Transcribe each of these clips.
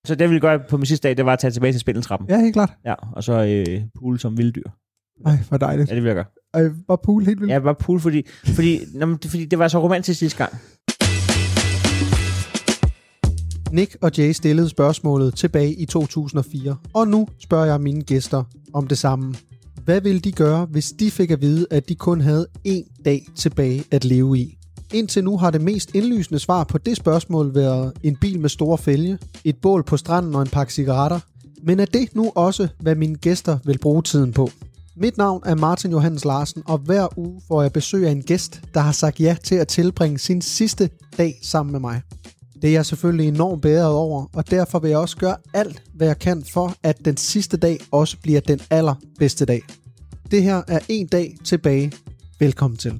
Så det, jeg ville gøre på min sidste dag, det var at tage tilbage til spindeltrappen. Ja, helt klart. Ja, og så pool som vilddyr. Ej, hvor dejligt. Ja, det vil jeg gøre. Ej, var pool helt vildt? Ja, bare pool, fordi det var så romantisk sidste gang. Nick og Jay stillede spørgsmålet tilbage i 2004, og nu spørger jeg mine gæster om det samme. Hvad ville de gøre, hvis de fik at vide, at de kun havde 1 dag tilbage at leve i? Indtil nu har det mest indlysende svar på det spørgsmål været en bil med store fælge, et bål på stranden og en pakke cigaretter. Men er det nu også, hvad mine gæster vil bruge tiden på? Mit navn er Martin Johannes Larsen, og hver uge får jeg besøg af en gæst, der har sagt ja til at tilbringe sin sidste dag sammen med mig. Det er jeg selvfølgelig enormt beæret over, og derfor vil jeg også gøre alt, hvad jeg kan for, at den sidste dag også bliver den allerbedste dag. Det her er 1 dag tilbage. Velkommen til.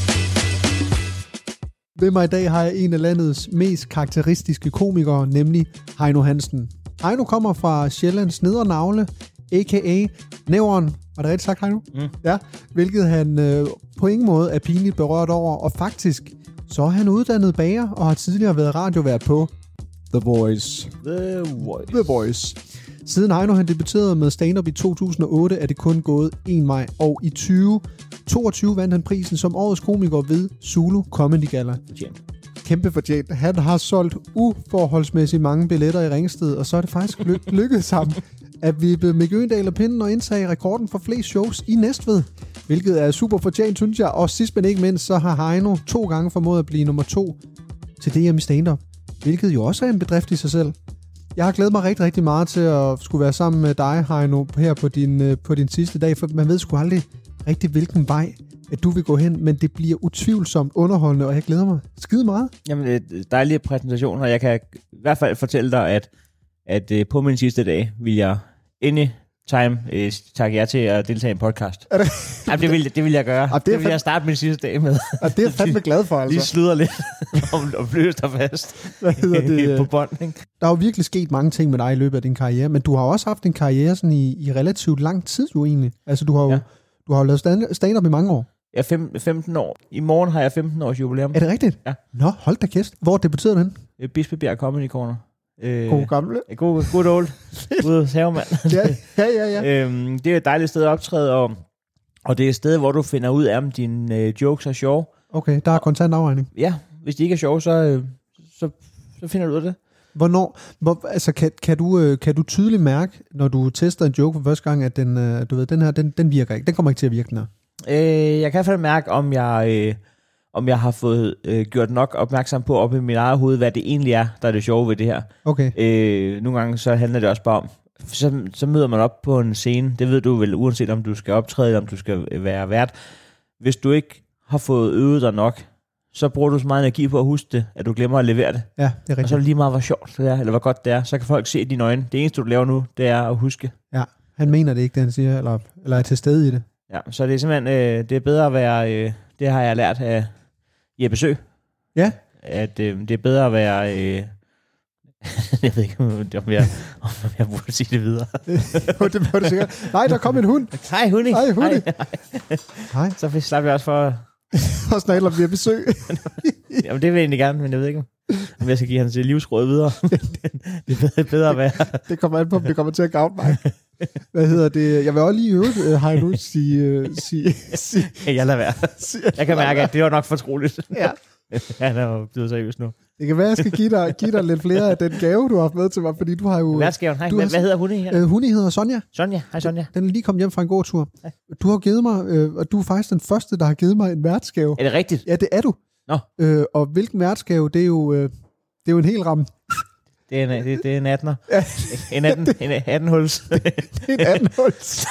Ved mig i dag har jeg en af landets mest karakteristiske komikere, nemlig Heino Hansen. Heino kommer fra Sjællands Nedre Nagle, a.k.a. Nævren. Var det rigtigt sagt, Heino? Ja, hvilket han på ingen måde er pinligt berørt over, og faktisk så er han uddannet bager og har tidligere været radiovært på The Voice. The Voice. Siden Heino han debuterede med stand-up i 2008, er det kun gået en vej, og i 2022 vandt han prisen som årets komiker ved Zulu Comedy Gala. Kæmpe fortjent. Han har solgt uforholdsmæssigt mange billetter i Ringsted, og så er det faktisk lykkedes ham at vippe Mikke Øgendahl og pinden og indtage rekorden for flest shows i Næstved, hvilket er super fortjent, synes jeg. Og sidst men ikke mindst, så har Heino 2 gange formået at blive nummer 2 til DM i stand-up, hvilket jo også er en bedrift i sig selv. Jeg har glædet mig rigtig, rigtig meget til at skulle være sammen med dig, Heino, her på din sidste dag, for man ved sgu aldrig rigtig, hvilken vej at du vil gå hen, men det bliver utvivlsomt underholdende, og jeg glæder mig skide meget. Jamen, dejlige præsentation, og jeg kan i hvert fald fortælle dig, at på min sidste dag vil jeg anytime takke jer til at deltage i en podcast. Jamen, det vil jeg gøre. Det vil jeg starte min sidste dag med. Og det er jeg fandme glad for, altså. Lige sluder lidt og bløst dig fast på bånd, ikke? Der er jo virkelig sket mange ting med dig i løbet af din karriere, men du har også haft en karriere sådan i relativt lang tid jo egentlig. Altså, du har jo lavet stand-up i mange år. Jeg er 15 år. I morgen har jeg 15 års jubilæum. Er det rigtigt? Ja. Nå, hold da kæft. Hvor debuterede du hen? Bispebjerg Comedy Corner. God gamle. God old. Ude havemand. Ja. Det er et dejligt sted at optræde, og det er et sted, hvor du finder ud af, om dine jokes er sjove. Okay, der er kontant afregning. Ja, hvis de ikke er sjove, så finder du ud af det. Hvornår, altså kan du tydeligt mærke, når du tester en joke for første gang, at den virker ikke? Den kommer ikke til at virke, den her. Jeg kan i hvert fald mærke, om jeg har fået gjort nok opmærksom på op i mit eget hoved, hvad det egentlig er, der er det sjove ved det her. Okay. Nogle gange så handler det også bare om, så møder man op på en scene, det ved du vel, uanset om du skal optræde, eller om du skal være vært. Hvis du ikke har fået øvet dig nok, så bruger du så meget energi på at huske det, at du glemmer at levere det. Ja, det er rigtigt. Og så er det lige meget, hvor sjovt det er, eller hvor godt det er. Så kan folk se i dine øjne. Det eneste, du laver nu, det er at huske. Ja, han mener det ikke, det han siger, eller er til stede i det. Ja, så det er simpelthen, det er bedre at være, det har jeg lært af Jeppe Sø. Ja. At det er bedre at være, jeg ved ikke, om jeg burde sige det videre. Det må du sikkert. Nej, der kom en hund. Hej, Hundi. Hej, Hundi. Hej. Så slapper jeg også for... Og snart om vi har besøg. Jamen, det vil jeg egentlig gerne, men jeg ved ikke, om jeg skal give hans livsråd videre. Det er bedre at være... Det kommer an på, om det kommer til at gavne mig. Hvad hedder det? Jeg vil også lige øve Heino sige... Jeg lader være. Jeg kan mærke, at det var nok fortroligt. Ja. Han er jo blevet seriøs nu. Det kan være, at jeg skal give dig lidt flere af den gave, du har haft med til mig, fordi du har jo... Værtsgaven, hej. Hvad hedder Hundi her? Hundi hedder Sonja. Sonja, hej Sonja. Den er lige kommet hjem fra en god tur. Hej. Du har givet mig, og du er faktisk den første, der har givet mig en værtsgave. Er det rigtigt? Ja, det er du. Nå. Og hvilken værtsgave, det er jo en hel ramme. Det er en 18'er. Ja. En 18-huls. Det er en 18-huls.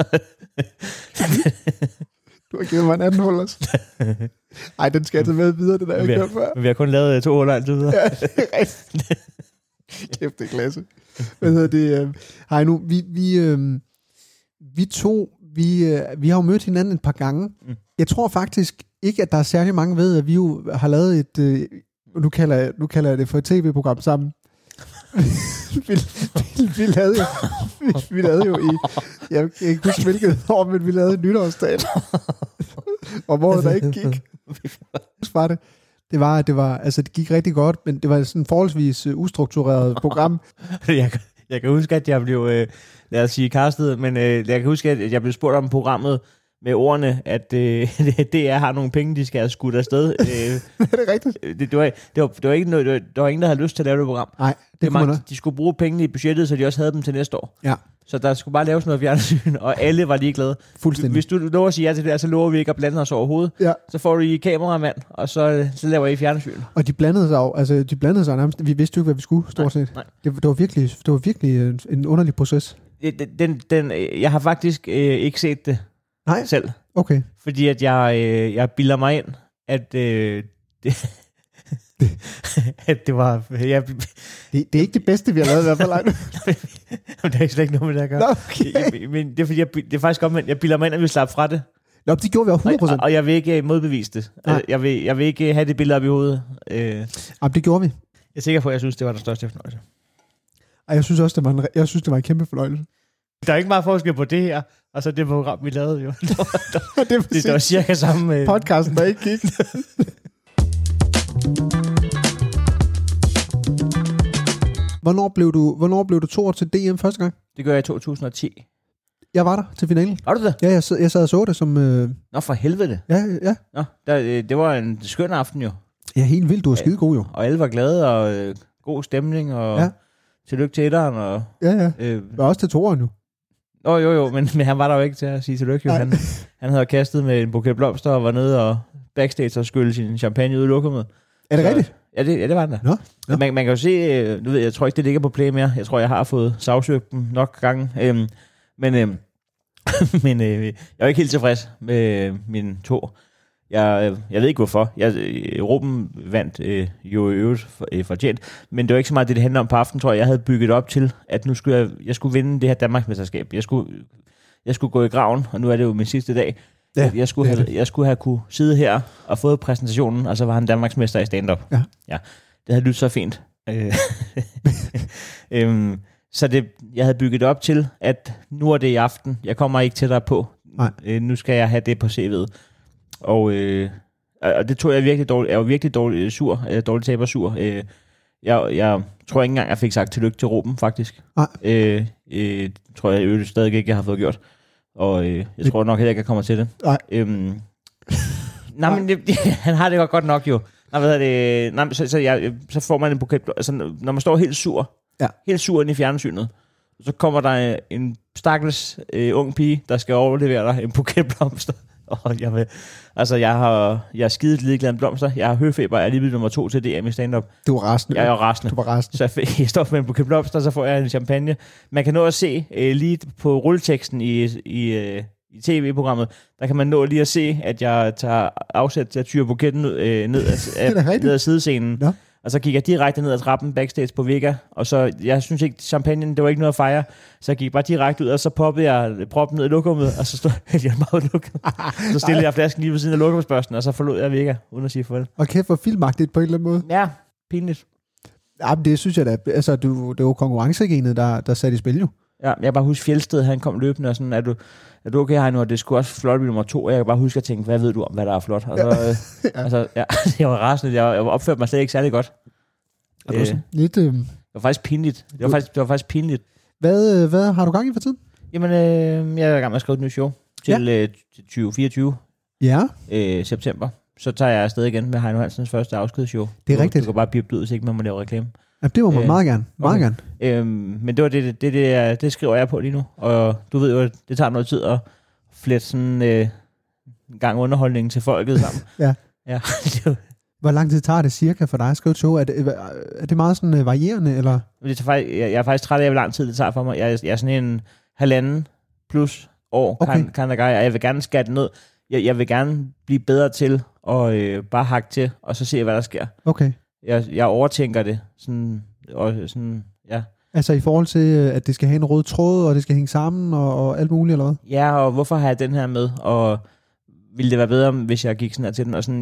Du har givet mig en 18-huls. Ej, den skal jeg tage med videre, det der jeg ikke hørt før. Vi har kun lavet 2 huller altid videre. Ja, det er rigtigt. Kæft, det er klasse. Hvad hedder det? Hej nu, vi har jo mødt hinanden et par gange. Jeg tror faktisk ikke, at der er særlig mange ved, at vi jo har lavet et... Nu kalder jeg det for et tv-program sammen. vi lavede jo i... Jeg kan ikke huske, hvilket år, men vi lavede nytårsdagen. Og hvor der ikke gik. Var det. Det var, altså det gik rigtig godt, men det var sådan et forholdsvis ustruktureret program. Jeg kan huske, at jeg blev, lad os sige kastet, men jeg kan huske, at jeg blev spurgt om programmet med ordene, at DR har nogle penge, de skal have skudt afsted. Er det rigtigt? Det var ikke noget, der var ingen, der havde lyst til at lave det program. Nej, det kunne man. De skulle bruge pengene i budgettet, så de også havde dem til næste år. Ja. Så der skulle bare laves noget fjernsyn, og alle var ligeglade. Fuldstændig. Hvis du lover at sige ja til det der, så lover vi ikke at blande os overhovedet. Ja. Så får du i kameramand, og så laver I fjernsyn. Og de blandede sig nærmest. Vi vidste jo ikke, hvad vi skulle, stort set. Nej. Det var virkelig en underlig proces. Jeg har faktisk ikke set det selv. Okay. Fordi at jeg bilder mig ind, at at det var... Det er ikke det bedste, vi har lavet i hvert fald. Det er slet ikke noget med det at gøre. Okay. Men det er, fordi det er faktisk omvendt. Jeg bilder mig ind, at vi slap fra det. Nå, det gjorde vi også 100%. Og jeg vil ikke modbevise det. Jeg vil ikke have det billede op i hovedet. Jamen, det gjorde vi. Jeg er sikker på, at jeg synes, det var den største fornøjelse. Ej, jeg synes også, det var en kæmpe fornøjelse. Der er ikke meget forskel på det her, og så det program, vi lavede jo. Det var cirka samme... Podcasten, der ikke gik. Hvornår blev du 2 år til DM første gang? Det gør jeg i 2010. Jeg var der til finalen. Var du det? Ja, jeg sad og så det som... Nå, for helvede. Ja. Nå, det var en skøn aften jo. Ja, helt vildt. Du var skide god jo. Og alle var glade, og god stemning, og tillykke til etteren. Og, ja. Og også til toeren jo. Jo, men han var der jo ikke til at sige tillykke. Han havde kastet med en buket blomster og var nede og backstage og skylle sin champagne ud i lokummet. Er det rigtigt? Ja, det var den der. Nå. Man kan jo se, nu ved jeg tror ikke, det ligger på play mere. Jeg tror, jeg har fået sagsøgt dem nok gange. Men jeg er ikke helt tilfreds med min to. Jeg ved ikke hvorfor. Ruben vandt jo i øvrigt fortjent, men det var ikke så meget det handler om på aftenen, tror jeg. Jeg havde bygget op til, at nu skulle jeg skulle vinde det her Danmarksmesterskab. Jeg skulle gå i graven, og nu er det jo min sidste dag. Ja, jeg skulle have kunne sidde her og fået præsentationen, og så var han Danmarksmester i stand-up. Ja. Det havde lyttet så fint. Så jeg havde bygget op til, at nu er det i aften. Jeg kommer ikke tættere på. Nu skal jeg have det på CV'et. Og det tog jeg virkelig dårligt. Jeg var virkelig dårlig taber sur. Jeg tror ikke engang, jeg fik sagt tillykke til Ruben, faktisk. Tror jeg stadig ikke, jeg har fået gjort. Og jeg tror nok heller ikke, jeg kommer til det. Men han har det godt nok jo. Så får man en buket. Altså, når man står helt sur, helt sur ind i fjernsynet, så kommer der en stakkels ung pige, der skal overlevere dig en buket blomster. Og jeg er skidet ligeglad med blomster. Jeg har høfeber. Jeg er lige blevet nummer 2 til DM i stand-up. Du var rasende. Jeg er rasende. Du var rasende. Så jeg står med en buket blomster, så får jeg en champagne. Man kan nå at se lige på rulleteksten i tv-programmet, der kan man nå lige at se, at jeg tager afsæt til at tyre buketten ned ad sidescenen. Ja. Og så gik jeg direkte ned ad trappen backstage på Vega, og så, jeg synes ikke, champagne, det var ikke noget at fejre, så jeg gik bare direkte ud, og så poppede jeg proppen ned i lokummet, og så stod jeg meget lukket. Så stillede jeg flasken lige ved siden af lokumsbørsten, og så forlod jeg Vega, uden at sige farvel. Og kæft, hvor filmagtigt på en eller anden måde. Ja, pinligt. Ja, det synes jeg da, altså det var konkurrencegenet, der satte i spil jo. Ja, jeg bare husker Fjeldsted, han kom løbende, og sådan, er du okay, Heino? Og det skulle også flot blive nummer 2, og jeg kan bare huske at tænke, hvad ved du om, hvad der er flot? Og så, jeg var rasende, jeg opførte mig slet ikke særlig godt. Det var faktisk pinligt. Det var faktisk pinligt. Hvad har du gang i for tiden? Jamen, jeg er i gang med at skrive et nyt show til 2024. Ja. September. Så tager jeg afsted igen med Heino Hansens første afskedsshow. Det er rigtigt. Du kan bare bippe ud, så ikke man må lave reklame. Ja, det var man meget gerne. Meget gerne. Men det var det skriver jeg på lige nu. Og du ved jo, det tager noget tid at flette sådan en gang underholdningen til folket sammen. Ja. Hvor lang tid tager det cirka for dig at skrive et show? Er det meget sådan varierende, eller? Jeg er faktisk træt af, hvor lang tid det tager for mig. Jeg er sådan en 1,5+ år, kan og jeg vil gerne skære det ned. Jeg vil gerne blive bedre til at bare hakke til, og så se, hvad der sker. Okay. Jeg overtænker det. Ja. Altså i forhold til, at det skal have en rød tråd, og det skal hænge sammen, og alt muligt, eller hvad? Ja, og hvorfor har jeg den her med? Og ville det være bedre, hvis jeg gik sådan her til den? Og sådan,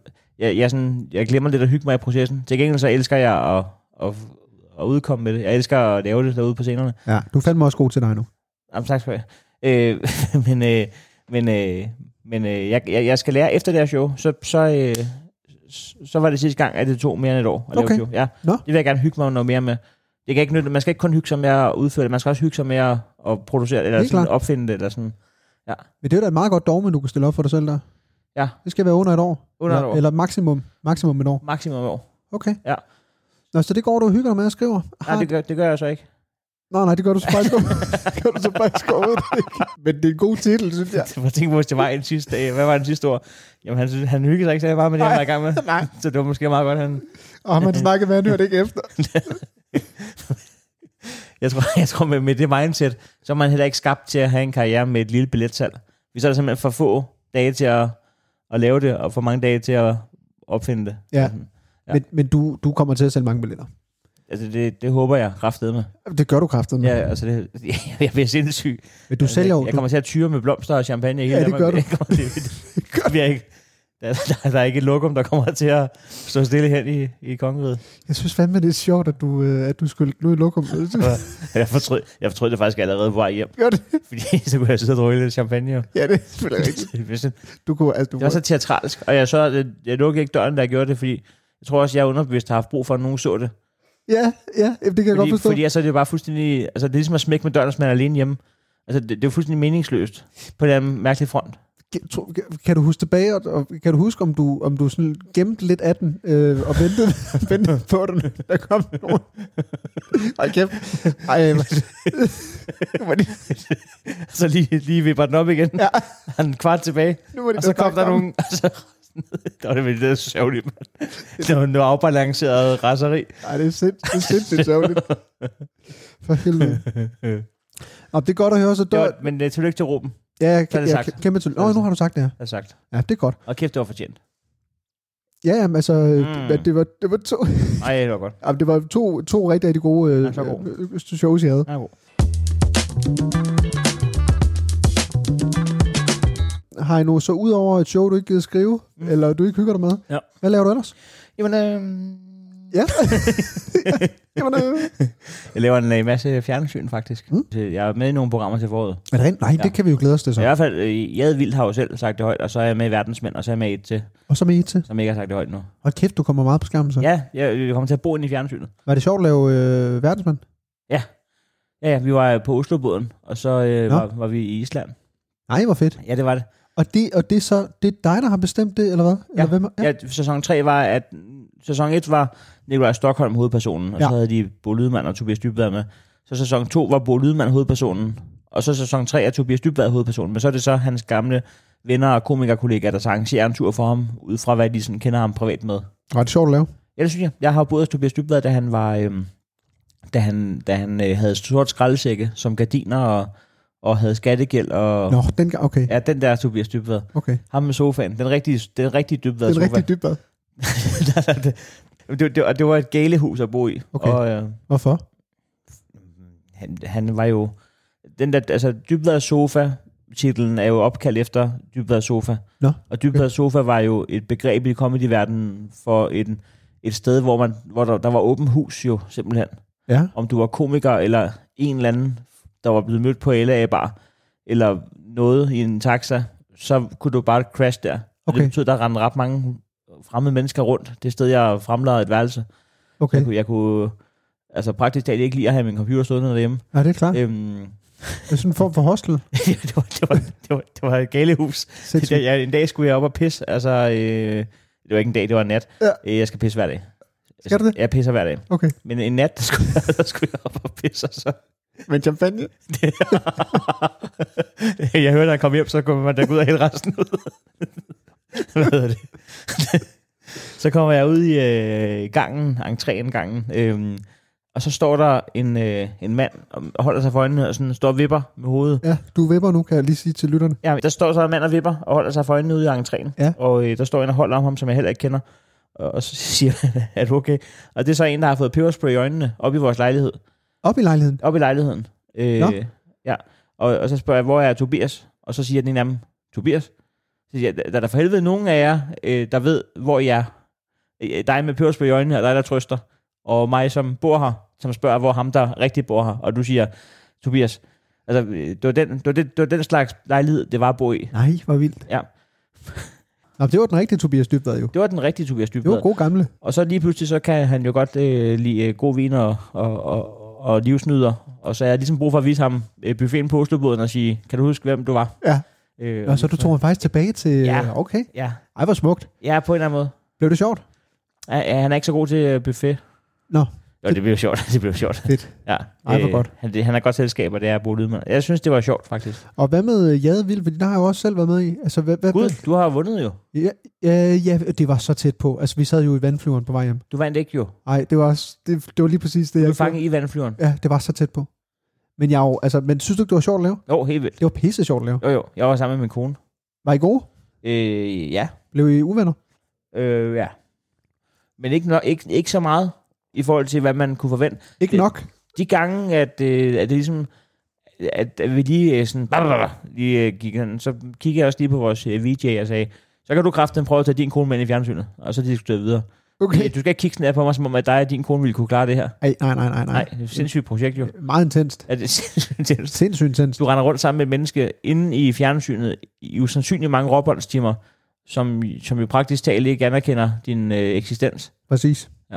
jeg glemmer lidt at hygge mig i processen. Til gengæld så elsker jeg at udkomme med det. Jeg elsker at lave det derude på scenerne. Ja, du er fandme også god til dig nu. Jamen, tak skal jeg. Men jeg skal lære efter det her show, så var det sidste gang, at det tog mere end et år at lave Okay. Joe. Ja, Nå. det vil jeg gerne hygge mig noget mere med. Det kan ikke nytte, man skal ikke kun hygge sig med at udføre det, man skal også hygge sig med at producere det, eller Helt sådan klart. opfinde det, eller sådan. Ja. Men det er da et meget godt dogme, du kan stille op for dig selv der. Ja. Det skal være under et år. Under et år. Eller maksimum et år. Maksimum et år. Okay. Ja. Nå, så det går du og hygger dig med at skrive? Nej, det gør jeg så ikke. Nej, det gør du så faktisk overhovedet ikke. Men det er en god titel, synes jeg. Jeg tænkte på, hvis det var en sidste dag. Hvad var den sidste ord? Jamen, han hyggede sig ikke så meget med det, han var i gang med. Nej. Så det var måske meget godt, han... Og man snakkede med, han hørte ikke efter. Jeg tror med det mindset, så er man heller ikke skabt til at have en karriere med et lille billetsalg. Vi så er der simpelthen for få dage til at lave det, og for mange dage til at opfinde det. Ja. Men du kommer til at sælge mange billetter. Altså, det håber jeg kraftedeme. Det gør du kraftedeme. Ja, altså, jeg bliver sindssyg. Men du sælger jo... Jeg kommer til at tyre med blomster og champagne i hele Ja, det gør du. Det bliver ikke... Der er ikke et lokum, der kommer til at stå stille hen i kongeriget. Jeg synes fandme, det er sjovt, at du skulle nu i lokum. Jeg fortrød det faktisk allerede på vej hjem. Gør det? Fordi så kunne jeg sidde og drøge lidt champagne. Jo. Ja, det er selvfølgelig rigtigt. Det var så teatralsk, og jeg lukkede ikke døren, da jeg gjorde det, fordi jeg tror også, jeg underbevidst har haft brug for, at nogen så det. Ja, det kan jeg godt forstå. Fordi så er det jo bare fuldstændig... Altså, det er ligesom at smække med døren, hvis man er alene hjemme. Altså, det er jo fuldstændig meningsløst på den mærkelige front. Kan du huske tilbage, og kan du huske, om du sådan gemte lidt af den, og ventede på den, der kom nogen? Ej, kæft. Så lige vipper den op igen. Ja. Han en kvart tilbage. Og så kom der nogen... Det var det er sørgeligt, mand. Det var noget afbalanceret raseri. Nej, det er sindssygt sørgeligt. For helvede. Og det er godt at høre, så dør... Men det er tillykke til Ruben. Ja, kæmpe til. Nu har du sagt det her. Det er sagt. Ja, det er godt. Og kæft, det var fortjent. Ja, altså, det var to... Nej, det var godt. Ja, det var to rigtig gode shows, jeg havde. Ja, god. Har I nu så ud over et show, du ikke gider skrive, eller du ikke hygger dig med? Ja. Hvad laver du ellers? Jamen, Ja. Jeg laver en masse fjernsyn, faktisk. Jeg er med i nogle programmer til foråret. Er det rent? Nej, det kan vi jo glæde os til så. I hvert fald, Jade Vildt har jo selv sagt det højt, og så er jeg med i Verdensmænd, og så er jeg med i et til. Og så med et til? Som ikke har sagt det højt nu. Og kæft, du kommer meget på skærmen så. Ja, jeg kommer til at bo inde i fjernsynet. Var det sjovt at lave Verdensmænd? Ja, vi var på Oslobåden, og så var vi i Island. Nej, hvor fedt. Ja, det var det. Og det er så, det er dig, der har bestemt det, eller hvad? Ja, eller hvem? Ja, sæson 3 var, at sæson 1 var Nikolaj Stockholm hovedpersonen, og så havde de Bo Lydman og Tobias Dybvad med. Så sæson 2 var Bo Lydman hovedpersonen, og så sæson 3 er Tobias Dybvad hovedpersonen, men så er det så hans gamle venner og komikerkollegaer, der så arrangerer en tur for ham, ud fra hvad de sådan kender ham privat med. Var det sjovt at lave? Ja, det synes jeg. Jeg har jo boet hos Tobias Dybvad, da han var... Da han havde sort skraldesække som gardiner og havde skattegæld og... Nå, okay. Ja, den der Tobias Dybvad. Okay. Ham med sofaen. Den rigtige Dybvad sofa. Den rigtige Dybvad. det var et galehus at bo i. Okay. Og, hvorfor? Han var jo... Den der, altså Dybvad sofa... Titlen er jo opkaldt efter Dybvad sofa. Nå, og Dybvad sofa var jo et begreb i comedy-verdenen for et sted, hvor der var åben hus jo, simpelthen. Ja. Om du var komiker, eller en eller anden, der var blevet mødt på LA Bar, eller noget i en taxa, så kunne du bare crash der. Okay. Det betød, der rendte ret mange fremmede mennesker rundt. Det sted, jeg fremlagde et værelse. Okay. Jeg kunne altså praktisk talt ikke lide at have min computer stående derhjemme. Ja, det er klart. Det er sådan en form for hostel. det var et galehus. En dag skulle jeg op og pisse. Altså, det var ikke en dag, det var en nat. Ja. Jeg skal pisse hver dag. Skal du det? Jeg pisser hver dag. Okay. Men en nat, der skulle jeg op og pisse, så... Men champagne? Jeg hørte, at han kom hjem, så kunne man da gå ud og hælde resten ud. Hvad hedder det? Så kommer jeg ud i gangen, entréen-gangen, og så står der en mand og holder sig for øjnene og sådan står og vipper med hovedet. Ja, du vipper nu, kan jeg lige sige til lytterne. Ja, der står så en mand og vipper og holder sig for øjnene ude i entréen. Ja. Og der står en og holder om ham, som jeg heller ikke kender. Og så siger jeg, er du okay? Og det er så en, der har fået peberspray i øjnene op i vores lejlighed. Op i lejligheden? Op i lejligheden. Ja. Og så spørger jeg, hvor er Tobias? Og så siger den ene af dem, Tobias? Så siger jeg, der er for helvede nogen af jer, der ved, hvor I er. Dig med peberspray i øjnene, og dig, der trøster. Og mig, som bor her, som spørger, hvor ham, der rigtig bor her. Og du siger, Tobias, altså, det var den slags lejlighed, det var at bo i. Nej, hvor vildt. Ja. Nå, det var den rigtige Tobias Dybvad jo. Det var den rigtige Tobias Dybvad. Det var god gamle. Og så lige pludselig, så kan han jo godt lide god vin og livsnyder. Og så er jeg ligesom brug for at vise ham buffeten på Oslobåden og sige, kan du huske, hvem du var? Ja. Og så du tog mig faktisk tilbage til... Ja. Okay. Ja. Ej, hvor smukt. Ja, på en eller anden måde. Blev det sjovt? Ja, han er ikke så god til buffet. Nå. Jo, det blev sjovt. Det blev sjovt. Fedt. Ja. Ej, hvor godt. Han er godt selskab, og det er Bo Lydman. Jeg synes, det var sjovt, faktisk. Og hvad med Jade Vild? Fordi der har jeg jo også selv været med i. Altså, Gud, du har vundet jo. Ja, det var så tæt på. Altså, vi sad jo i vandflyveren på vej hjem. Du vandt ikke jo. Nej, det var lige præcis det, du jeg fanget i vandflyveren. Ja, det var så tæt på. Men men synes du ikke, det var sjovt at lave? Jo, helt vildt. Det var pisse sjovt at lave. Jo, jeg var sammen med min kone. Var I gode? Ja. Blev I uvenner? Ja. Men ikke så meget i forhold til, hvad man kunne forvente. Ikke nok? De gange, at det ligesom, at vi lige sådan, lige gik, så kiggede jeg også lige på vores VJ og sagde, så kan du kraften prøve at tage din kone med ind i fjernsynet, og så diskutere videre. Okay. Du skal ikke kigge sådan der på mig, som om at dig og din kone ville kunne klare det her. Nej. Nej, det er et sindssygt projekt jo. Meget intenst. Ja, det er sindssygt intenst. Du render rundt sammen med et menneske inde i fjernsynet i usandsynligt mange råbåndstimer, som jo praktisk talt ikke anerkender din eksistens. Præcis. Ja.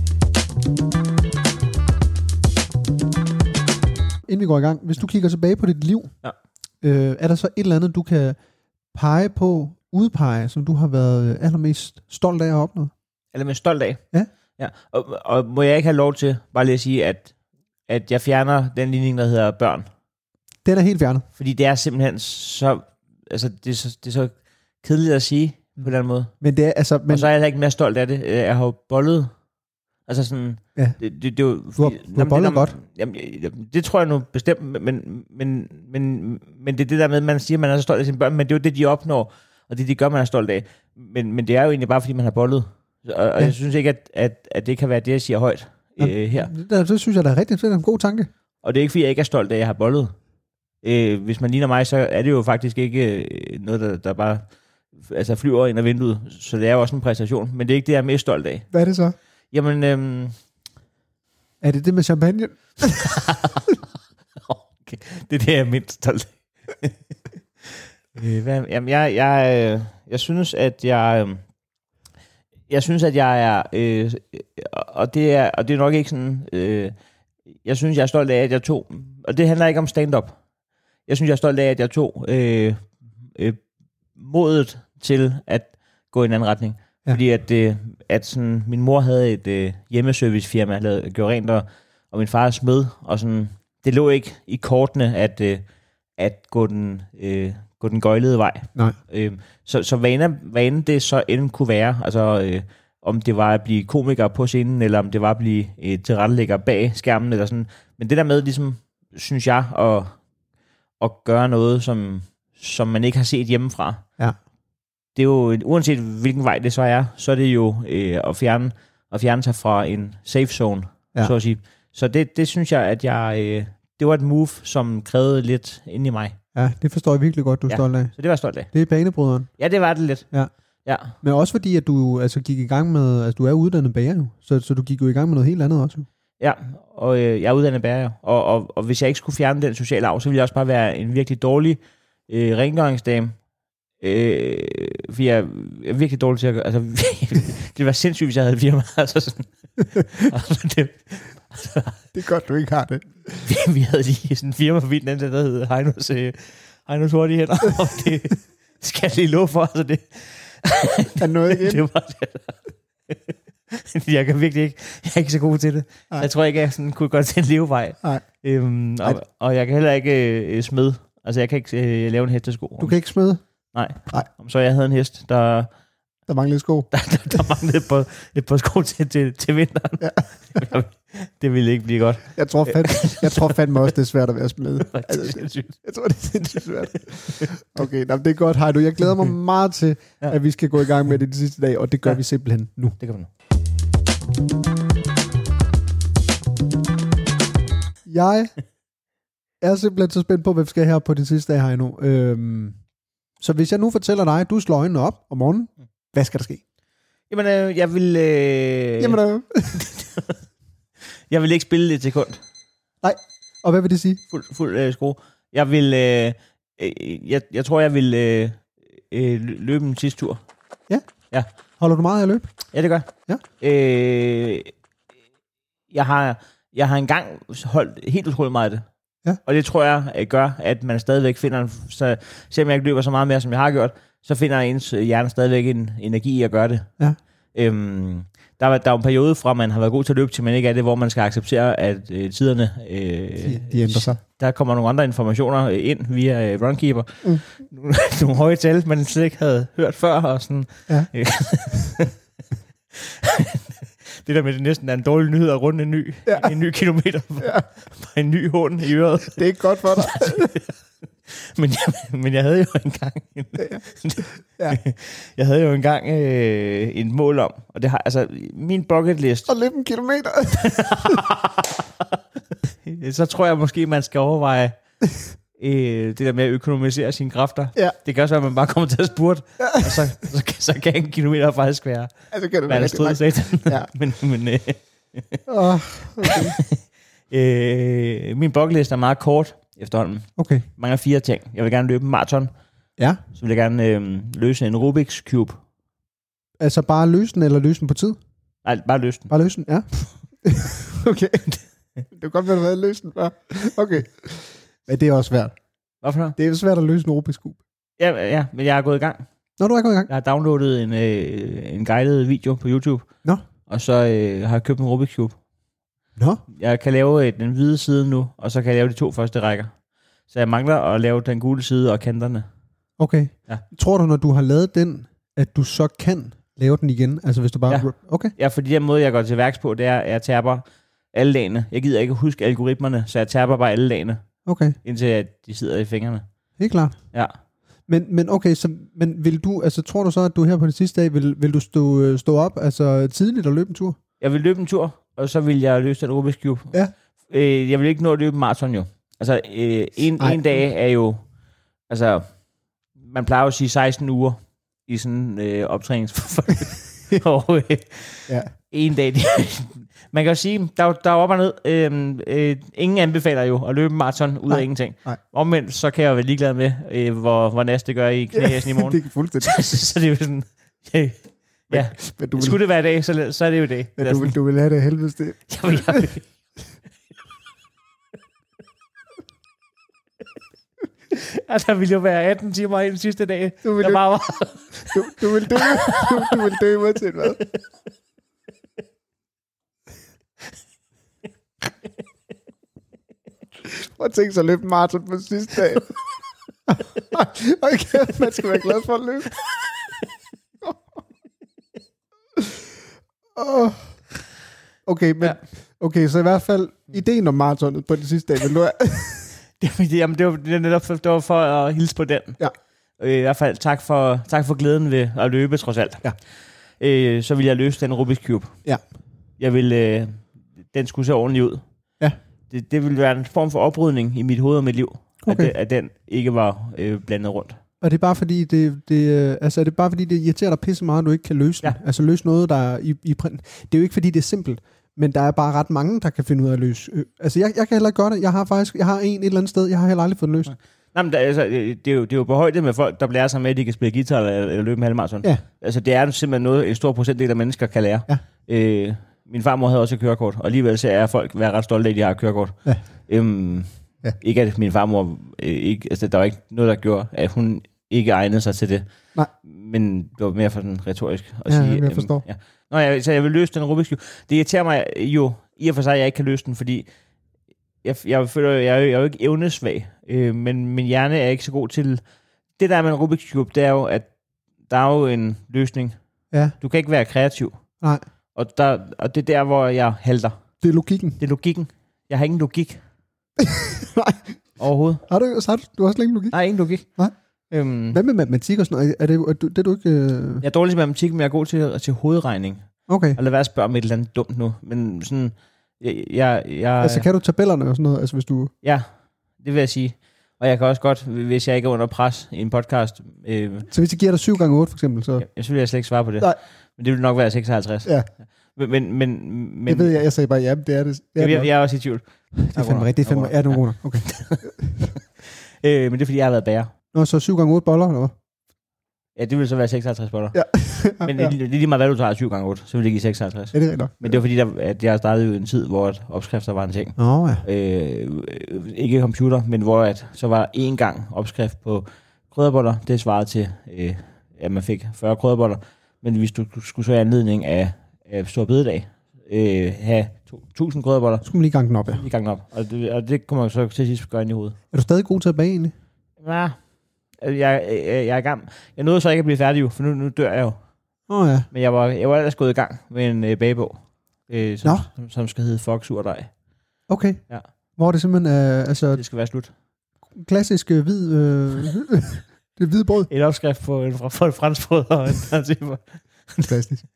Inden vi går i gang, hvis du kigger tilbage på dit liv, er der så et eller andet, du kan udpege, som du har været allermest stolt af at opnå? Allermest stolt af? Ja. Og må jeg ikke have lov til, bare lige at sige, at jeg fjerner den ligning, der hedder børn? Den er helt fjernet. Fordi det er simpelthen så, altså det er så kedeligt at sige, på en eller anden måde. Men det er, altså... Og så er jeg ikke mere stolt af det. Jeg har jo bollet. Altså sådan... Ja. Det er jo, du har bollet godt. Jamen, det tror jeg nu bestemt, men det er det der med, man siger, man er så stolt af sine børn, men det er jo det, de opnår, og det, de gør, man er stolt af. Men det er jo egentlig bare, fordi man har bollet. Og jeg synes ikke, at det kan være det, jeg siger højt her. Det synes jeg, der er rigtigt. Det er en god tanke. Og det er ikke, fordi jeg ikke er stolt af, at jeg har bollet. Hvis man ligner mig, så er det jo faktisk ikke noget, der bare flyver ind ad vinduet. Så det er jo også en præstation. Men det er ikke det, jeg er mest stolt af. Hvad er det så? Jamen... Er det med champagne? Okay. Det er det, jeg er mindst stolt af. Jamen, jeg synes, at jeg synes, at jeg er... og det er nok ikke sådan... jeg synes, jeg er stolt af, at jeg tog... Og det handler ikke om stand-up. Jeg synes, jeg er stolt af, at jeg tog modet til at gå i en anden retning. Ja. Fordi at sådan, min mor havde et hjemmeservicefirma, der gjorde rent, og min far er smed, og sådan, det lå ikke i kortene at gå den gøjlede vej. Nej. Så vanen det så end kunne være, altså om det var at blive komiker på scenen, eller om det var at blive tilrettelægger bag skærmen, eller sådan. Men det der med, ligesom, synes jeg, at gøre noget, som man ikke har set hjemmefra. Ja. Det er jo, uanset hvilken vej det så er, så er det jo at fjerne sig fra en safe zone, så at sige. Så det synes jeg, at det var et move, som krævede lidt inde i mig. Ja, det forstår jeg virkelig godt, du er stolt af. Så det var jeg stolt af. Det er banebryderen. Ja, det var det lidt. Ja. Men også fordi, at du gik i gang med, altså du er uddannet bager jo, så du gik jo i gang med noget helt andet også. Ja, og jeg er uddannet bager, og hvis jeg ikke skulle fjerne den sociale arv, så ville jeg også bare være en virkelig dårlig rengøringsdame. For jeg er virkelig dårlig til at gøre, altså det ville være sindssygt, hvis jeg havde et firma, altså sådan. Det er godt, du ikke har det. Vi havde lige sådan en firma forbi den anden, der hed Heinos Hurtige Hænder, og det skal jeg lige love for, altså det. Er noget igen? Det var det. Jeg kan virkelig ikke, jeg er ikke så god til det. Ej. Jeg tror ikke, jeg sådan kunne gå til en levevej. Og jeg kan heller ikke smede. Altså jeg kan ikke lave en hestesko. Du kan ikke smede? Nej. Så jeg havde en hest, der manglede sko. Der manglede et par sko til vinteren. Ja. Det ville ikke blive godt. Jeg tror fandme også, det er svært at være smede. Altså, jeg tror, det er sindssygt svært. Okay, det er godt, Heino. Jeg glæder mig meget til, at vi skal gå i gang med det de sidste dag, og det gør vi simpelthen nu. Det gør vi nu. Jeg er simpelthen så spændt på, hvad vi skal her på de sidste dag, Heino. Så hvis jeg nu fortæller dig, at du slår øjnene op om morgenen, hvad skal der ske? Jamen, jeg vil... Jeg vil ikke spille et sekund. Nej, og hvad vil det sige? Fuld skrue. Jeg vil... jeg tror, jeg vil løbe en sidste tur. Ja. Holder du meget af at løbe? Ja, det gør Ja. Jeg har engang holdt helt utroligt meget af det. Ja. Og det tror jeg gør, at man stadigvæk finder, så selvom jeg ikke løber så meget mere, som jeg har gjort, så finder ens hjerne stadigvæk en energi i at gøre det. Ja. Der er en periode fra, man har været god til at løbe, til man ikke er det, hvor man skal acceptere, at tiderne... de ændrer sig. Der kommer nogle andre informationer ind via Runkeeper. Nogle høje tal, man slet ikke havde hørt før. Og sådan. Ja. Det der med, det næsten er en dårlig nyhed at runde en ny kilometer på en ny hånd i øret. Det er ikke godt for dig. Men jeg havde jo engang jeg havde jo engang et mål om, og det har altså min bucket list. Og løbe en kilometer. Så tror jeg måske man skal overveje det der med at økonomisere sine kræfter. Ja. Det kan også være, at man bare kommer til at spurte, og så kan en kilometer faktisk være. Altså kan det være stod satan. Ja. men okay. Min bucket list er meget kort efterhånden. Okay. Mange 4 ting. Jeg vil gerne løbe en maraton. Ja. Så vil jeg gerne løse en Rubik's Cube. Altså bare løse den, eller løse den på tid? Nej, bare løse den. Bare løse den, ja. Okay. Det kan godt være, du havde løst den før. Okay. Men det er også svært. Hvorfor noget? Det er svært at løse en Rubik's Cube. Ja, men jeg er gået i gang. Nå, du er gået i gang? Jeg har downloadet en guided video på YouTube. Nå. Og så har jeg købt en Rubik's Cube. Nå. Jeg kan lave den hvide side nu, og så kan jeg lave de 2 første rækker. Så jeg mangler at lave den gule side og kanterne. Okay. Ja. Tror du, når du har lavet den, at du så kan lave den igen? Altså hvis du bare... Ja. Okay. Ja, fordi den måde, jeg går til værks på, det er, at jeg tapper alle lagene. Jeg gider ikke huske algoritmerne, så jeg tapper bare alle lagene. Okay. Indtil at de sidder i fingrene. Helt klart. Ja. Men okay, men vil du, altså tror du så, at du her på det sidste dag, vil du stå op altså tidligt og løbe en tur? Jeg vil løbe en tur, og så vil jeg løse den Rubik's Cube. Ja. Jeg vil ikke nå at løbe en maraton jo. Altså, en dag er jo... Altså, man plejer jo at sige 16 uger i sådan optræningsforhold. Og en dag... Man kan jo sige, der er op og ned. Ingen anbefaler jo at løbe en maraton ud af ingenting. Nej. Omvendt, så kan jeg være ligeglad med, hvor næste det gør i knæhæsen i morgen. Det er fuldstændig. Så det er jo sådan... Ja, men skulle det være i dag, så er det jo det. Men du vil have det helvedes det. Der ville jo være 18 timer i den sidste dag. Du vil dø uanset hvad. Prøv at tænke sig at løbe maraton på sidste dag. Okay, man skal være glad for at løbe. Okay, så i hvert fald ideen om maratonet på det sidste dag, vil du have... Jamen, det var for at hilse på den. Ja. I hvert fald tak for glæden ved at løbe, trods alt. Ja. Så vil jeg løse den Rubik's Cube. Ja. Jeg vil... den skulle se ordentligt ud. Ja. Det ville være en form for oprydning i mit hoved og mit liv. Okay. At den ikke var blandet rundt. Og det er bare fordi, er det bare fordi, det irriterer dig pisse meget, at du ikke kan løse den? Ja. Altså løse noget, der er i print. Det er jo ikke fordi, det er simpelt. Men der er bare ret mange, der kan finde ud af at løse. Altså, jeg kan heller ikke gøre det. Jeg har en et eller andet sted. Jeg har heller aldrig fået den løst. Nej, men det er jo på højde med folk, der lærer sig med, at de kan spille guitar eller løbe en halvmaraton. Ja. Altså, det er simpelthen noget, en stor procentdel af mennesker kan lære. Ja. Min farmor havde også et kørekort, og alligevel så er folk være ret stolte af, at de har et kørekort. Ja. Ja. Ikke at min farmor, altså, der var ikke noget, der gjorde, at hun ikke egnede sig til det. Nej. Men det var mere for sådan retorisk at sige. Jeg forstår. Ja. Nå, så jeg vil løse den Rubik's Cube. Det irriterer mig jo i og for sig, at jeg ikke kan løse den, fordi jeg føler, jeg er jo ikke evnesvag, men min hjerne er ikke så god til... Det der med en Rubik's Cube, det er jo, at der er jo en løsning. Ja. Du kan ikke være kreativ. Nej. Og det er der, hvor jeg halter. Det er logikken. Det er logikken. Jeg har ingen logik. Nej. Overhovedet. Har du også slet ingen logik? Nej, ingen logik. Nej. Hvad med matematik og sådan noget? Er det du ikke... Jeg er dårlig til matematik, men jeg er god til hovedregning. Okay. Og lad være at spørge om et eller andet dumt nu. Men sådan... Altså, kan du tabellerne og sådan noget? Altså, hvis du... Ja, det vil jeg sige. Og jeg kan også godt, hvis jeg ikke er under pres i en podcast... Så hvis jeg giver dig 7 gange 8 for eksempel, så... Ja, så vil jeg slet ikke svare på det. Nej. Men det vil nok være 56. Ja. Men det ved jeg sagde bare, ja, det er det. Jeg er også i tvivl. Det er fandme rigtigt, det er fandme... Ja, nogle runder. Okay. Men det er, fordi jeg har været bager. Nå, så 7 gange 8 boller, eller hvad? Ja, det vil så være 56 boller. Ja. Men det er lige meget, hvad du tager 7 gange 8, så vil det give 56. Ja, det er rigtigt. Men det var fordi, at jeg startede jo i en tid, hvor opskrifter var en ting. Ikke computer, men hvor så var der 1 gang opskrift på krydderboller. Det svarede til, at man fik 40 krydderboller. Men hvis du skulle så i anledning af Stor Bededag, have 1000 krydderboller, så skulle man lige gange den op, ja. Lige gange op. Og det kommer så til sidst gøre ind i hovedet. Er du stadig god til at bage egentlig? Ja, jeg er i gang. Jeg nåede så ikke at blive færdig jo, for nu dør jeg jo. Ja. Men jeg var ellers gået i gang med en bagebog, som skal hedde Fuck Surdej. Okay. Ja. Hvor det simpelthen det skal være slut. Klassisk hvid... det hvide brød. Et opskrift fra et franskbrød og en typer. Fantastisk.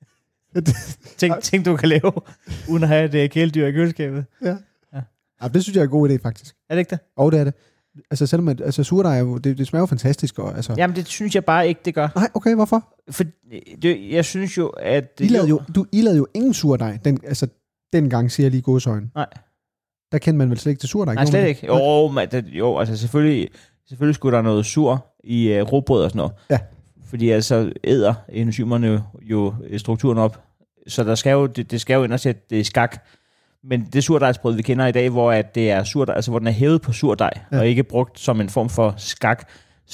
Ting, du kan lave, uden at have et kæledyr i køleskabet. Ja. Det synes jeg er en god idé, faktisk. Er det ikke det? Og det er det. Altså, selvom surdej, det smager jo fantastisk. Og, altså... Jamen, det synes jeg bare ikke, det gør. Nej, okay, hvorfor? For jeg synes jo, at... I lavede jo ingen surdej, dengang, siger jeg lige godsøjne. Nej. Der kendte man vel slet ikke til surdej? Nej, slet ikke. Jo, altså selvfølgelig skulle der noget sur i råbrød og sådan noget. Ja. Fordi altså æder enzymerne jo strukturen op. Så det skal jo ind og sætte det i skak. Men det surdejsbrød, vi kender i dag, hvor at det er surdej, altså hvor den er hævet på surdej, og ikke brugt som en form for skak,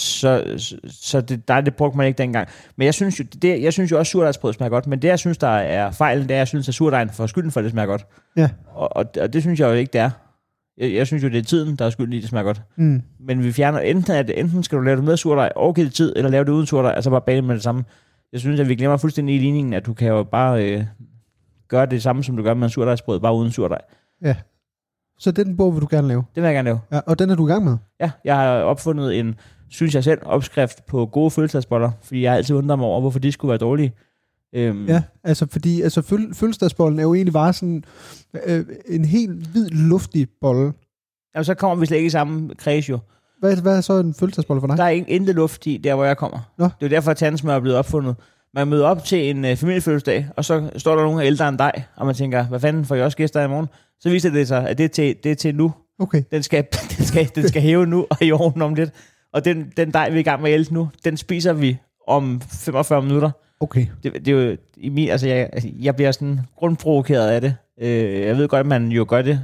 så det brugte man ikke dengang. Men jeg synes jo også, surdejsbrød smager godt, men det, jeg synes, der er fejlen, det er, jeg synes, at surdejen får skylden for, at det smager godt. Ja. Og det synes jeg jo ikke, det er. Jeg synes jo, det er tiden, der er skylden i, det smager godt. Mm. Men vi fjerner enten skal du lave det med surdej og give det tid, eller lave det uden surdej, altså bare bage det med det samme. Jeg synes, at vi glemmer fuldstændig i ligningen, at du kan jo bare gøre det samme, som du gør med en surdejsbrød, bare uden surdej. Ja. Så den bog vil du gerne lave? Det vil jeg gerne lave. Ja, og den er du i gang med? Ja, jeg har opfundet en, synes jeg selv, opskrift på gode fødselsdagsboller, fordi jeg har altid undret mig over, hvorfor de skulle være dårlige. Ja, altså fordi fødselsdagsbollen er jo egentlig bare sådan en helt hvid, luftig bolle. Jamen, så kommer vi slet ikke i samme kreds jo. Hvad er så en fødselsdagsbolle for dig? Der er intet luft i, der hvor jeg kommer. Nå. Det er jo derfor, at tandsmør er blevet opfundet. Man møder op til en familiefødselsdag, og så står der nogen ældre end dig, og man tænker, hvad fanden får jeg også gæster i morgen? Så viser det sig, at det er til nu. Okay. Den skal hæve nu, og i ovnen om lidt. Og den dej, vi er i gang med at ælte nu, den spiser vi om 45 minutter. Okay. Det er jo i min, altså jeg bliver sådan grundprovokeret af det. Jeg ved godt, at man jo gør det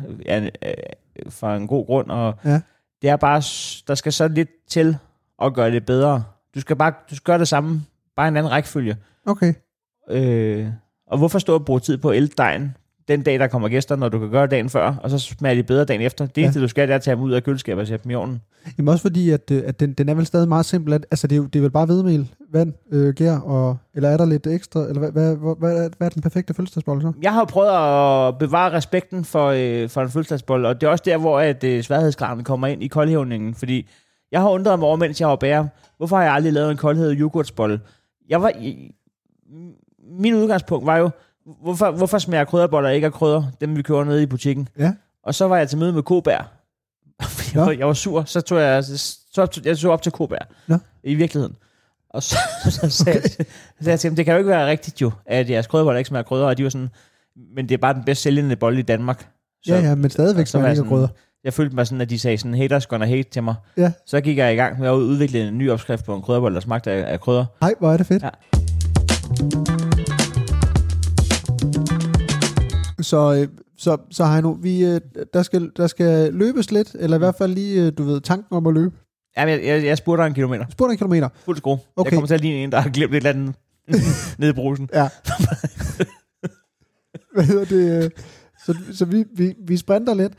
for en god grund, og det er bare, der skal så lidt til at gøre det bedre. Du skal gøre det samme, bare en anden rækkefølge. Okay. Og hvorfor stå og bruge tid på at ælte dejen den dag, der kommer gæster, når du kan gøre dagen før, og så smager de bedre dagen efter? Det eneste, du skal, det er at tage dem ud af køleskabet og sætte dem i ovnen. Jamen også fordi, at den er vel stadig meget simpel. Altså, det er vel bare hvedemel, vand, gær, eller er der lidt ekstra? Eller hvad er den perfekte fødselsdagsbolle så? Jeg har prøvet at bevare respekten for en fødselsdagsbolle, og det er også der, hvor sværhedsgraden kommer ind i koldhævningen, fordi jeg har undret mig over, mens jeg var bager, hvorfor har jeg aldrig lavet en koldhævet yoghurtsbolle? Mit udgangspunkt var jo, hvorfor smager krydderboller ikke af krydder, dem vi køber nede i butikken? Ja. Og så var jeg til møde med Kobær. Jeg var sur, så tog jeg op til Kobær. Ja. I virkeligheden. Og så sagde jeg til dem, det kan jo ikke være rigtigt jo, at jeres krydderboller ikke smager krydder, og de var sådan, men det er bare den bedst sælgende bolle i Danmark. Så, ja, men stadigvæk smager ikke af krydder. Jeg følte mig sådan, at de sagde sådan, haters gonna hate til mig. Ja. Så gik jeg i gang med at udvikle en ny opskrift på en krydderbolle, der smagte af krydder. Hej, hvor er det fedt. Ja. Så Heino, der skal løbes lidt, eller i hvert fald lige, du ved, tanken om at løbe. Jamen, jeg spurgte en kilometer. Spurgte en kilometer? Fuld skrue. Okay. Jeg kommer til at ligne en, der har glemt et eller andet nede i brusen. Ja. Hvad hedder det? Så vi sprinter lidt.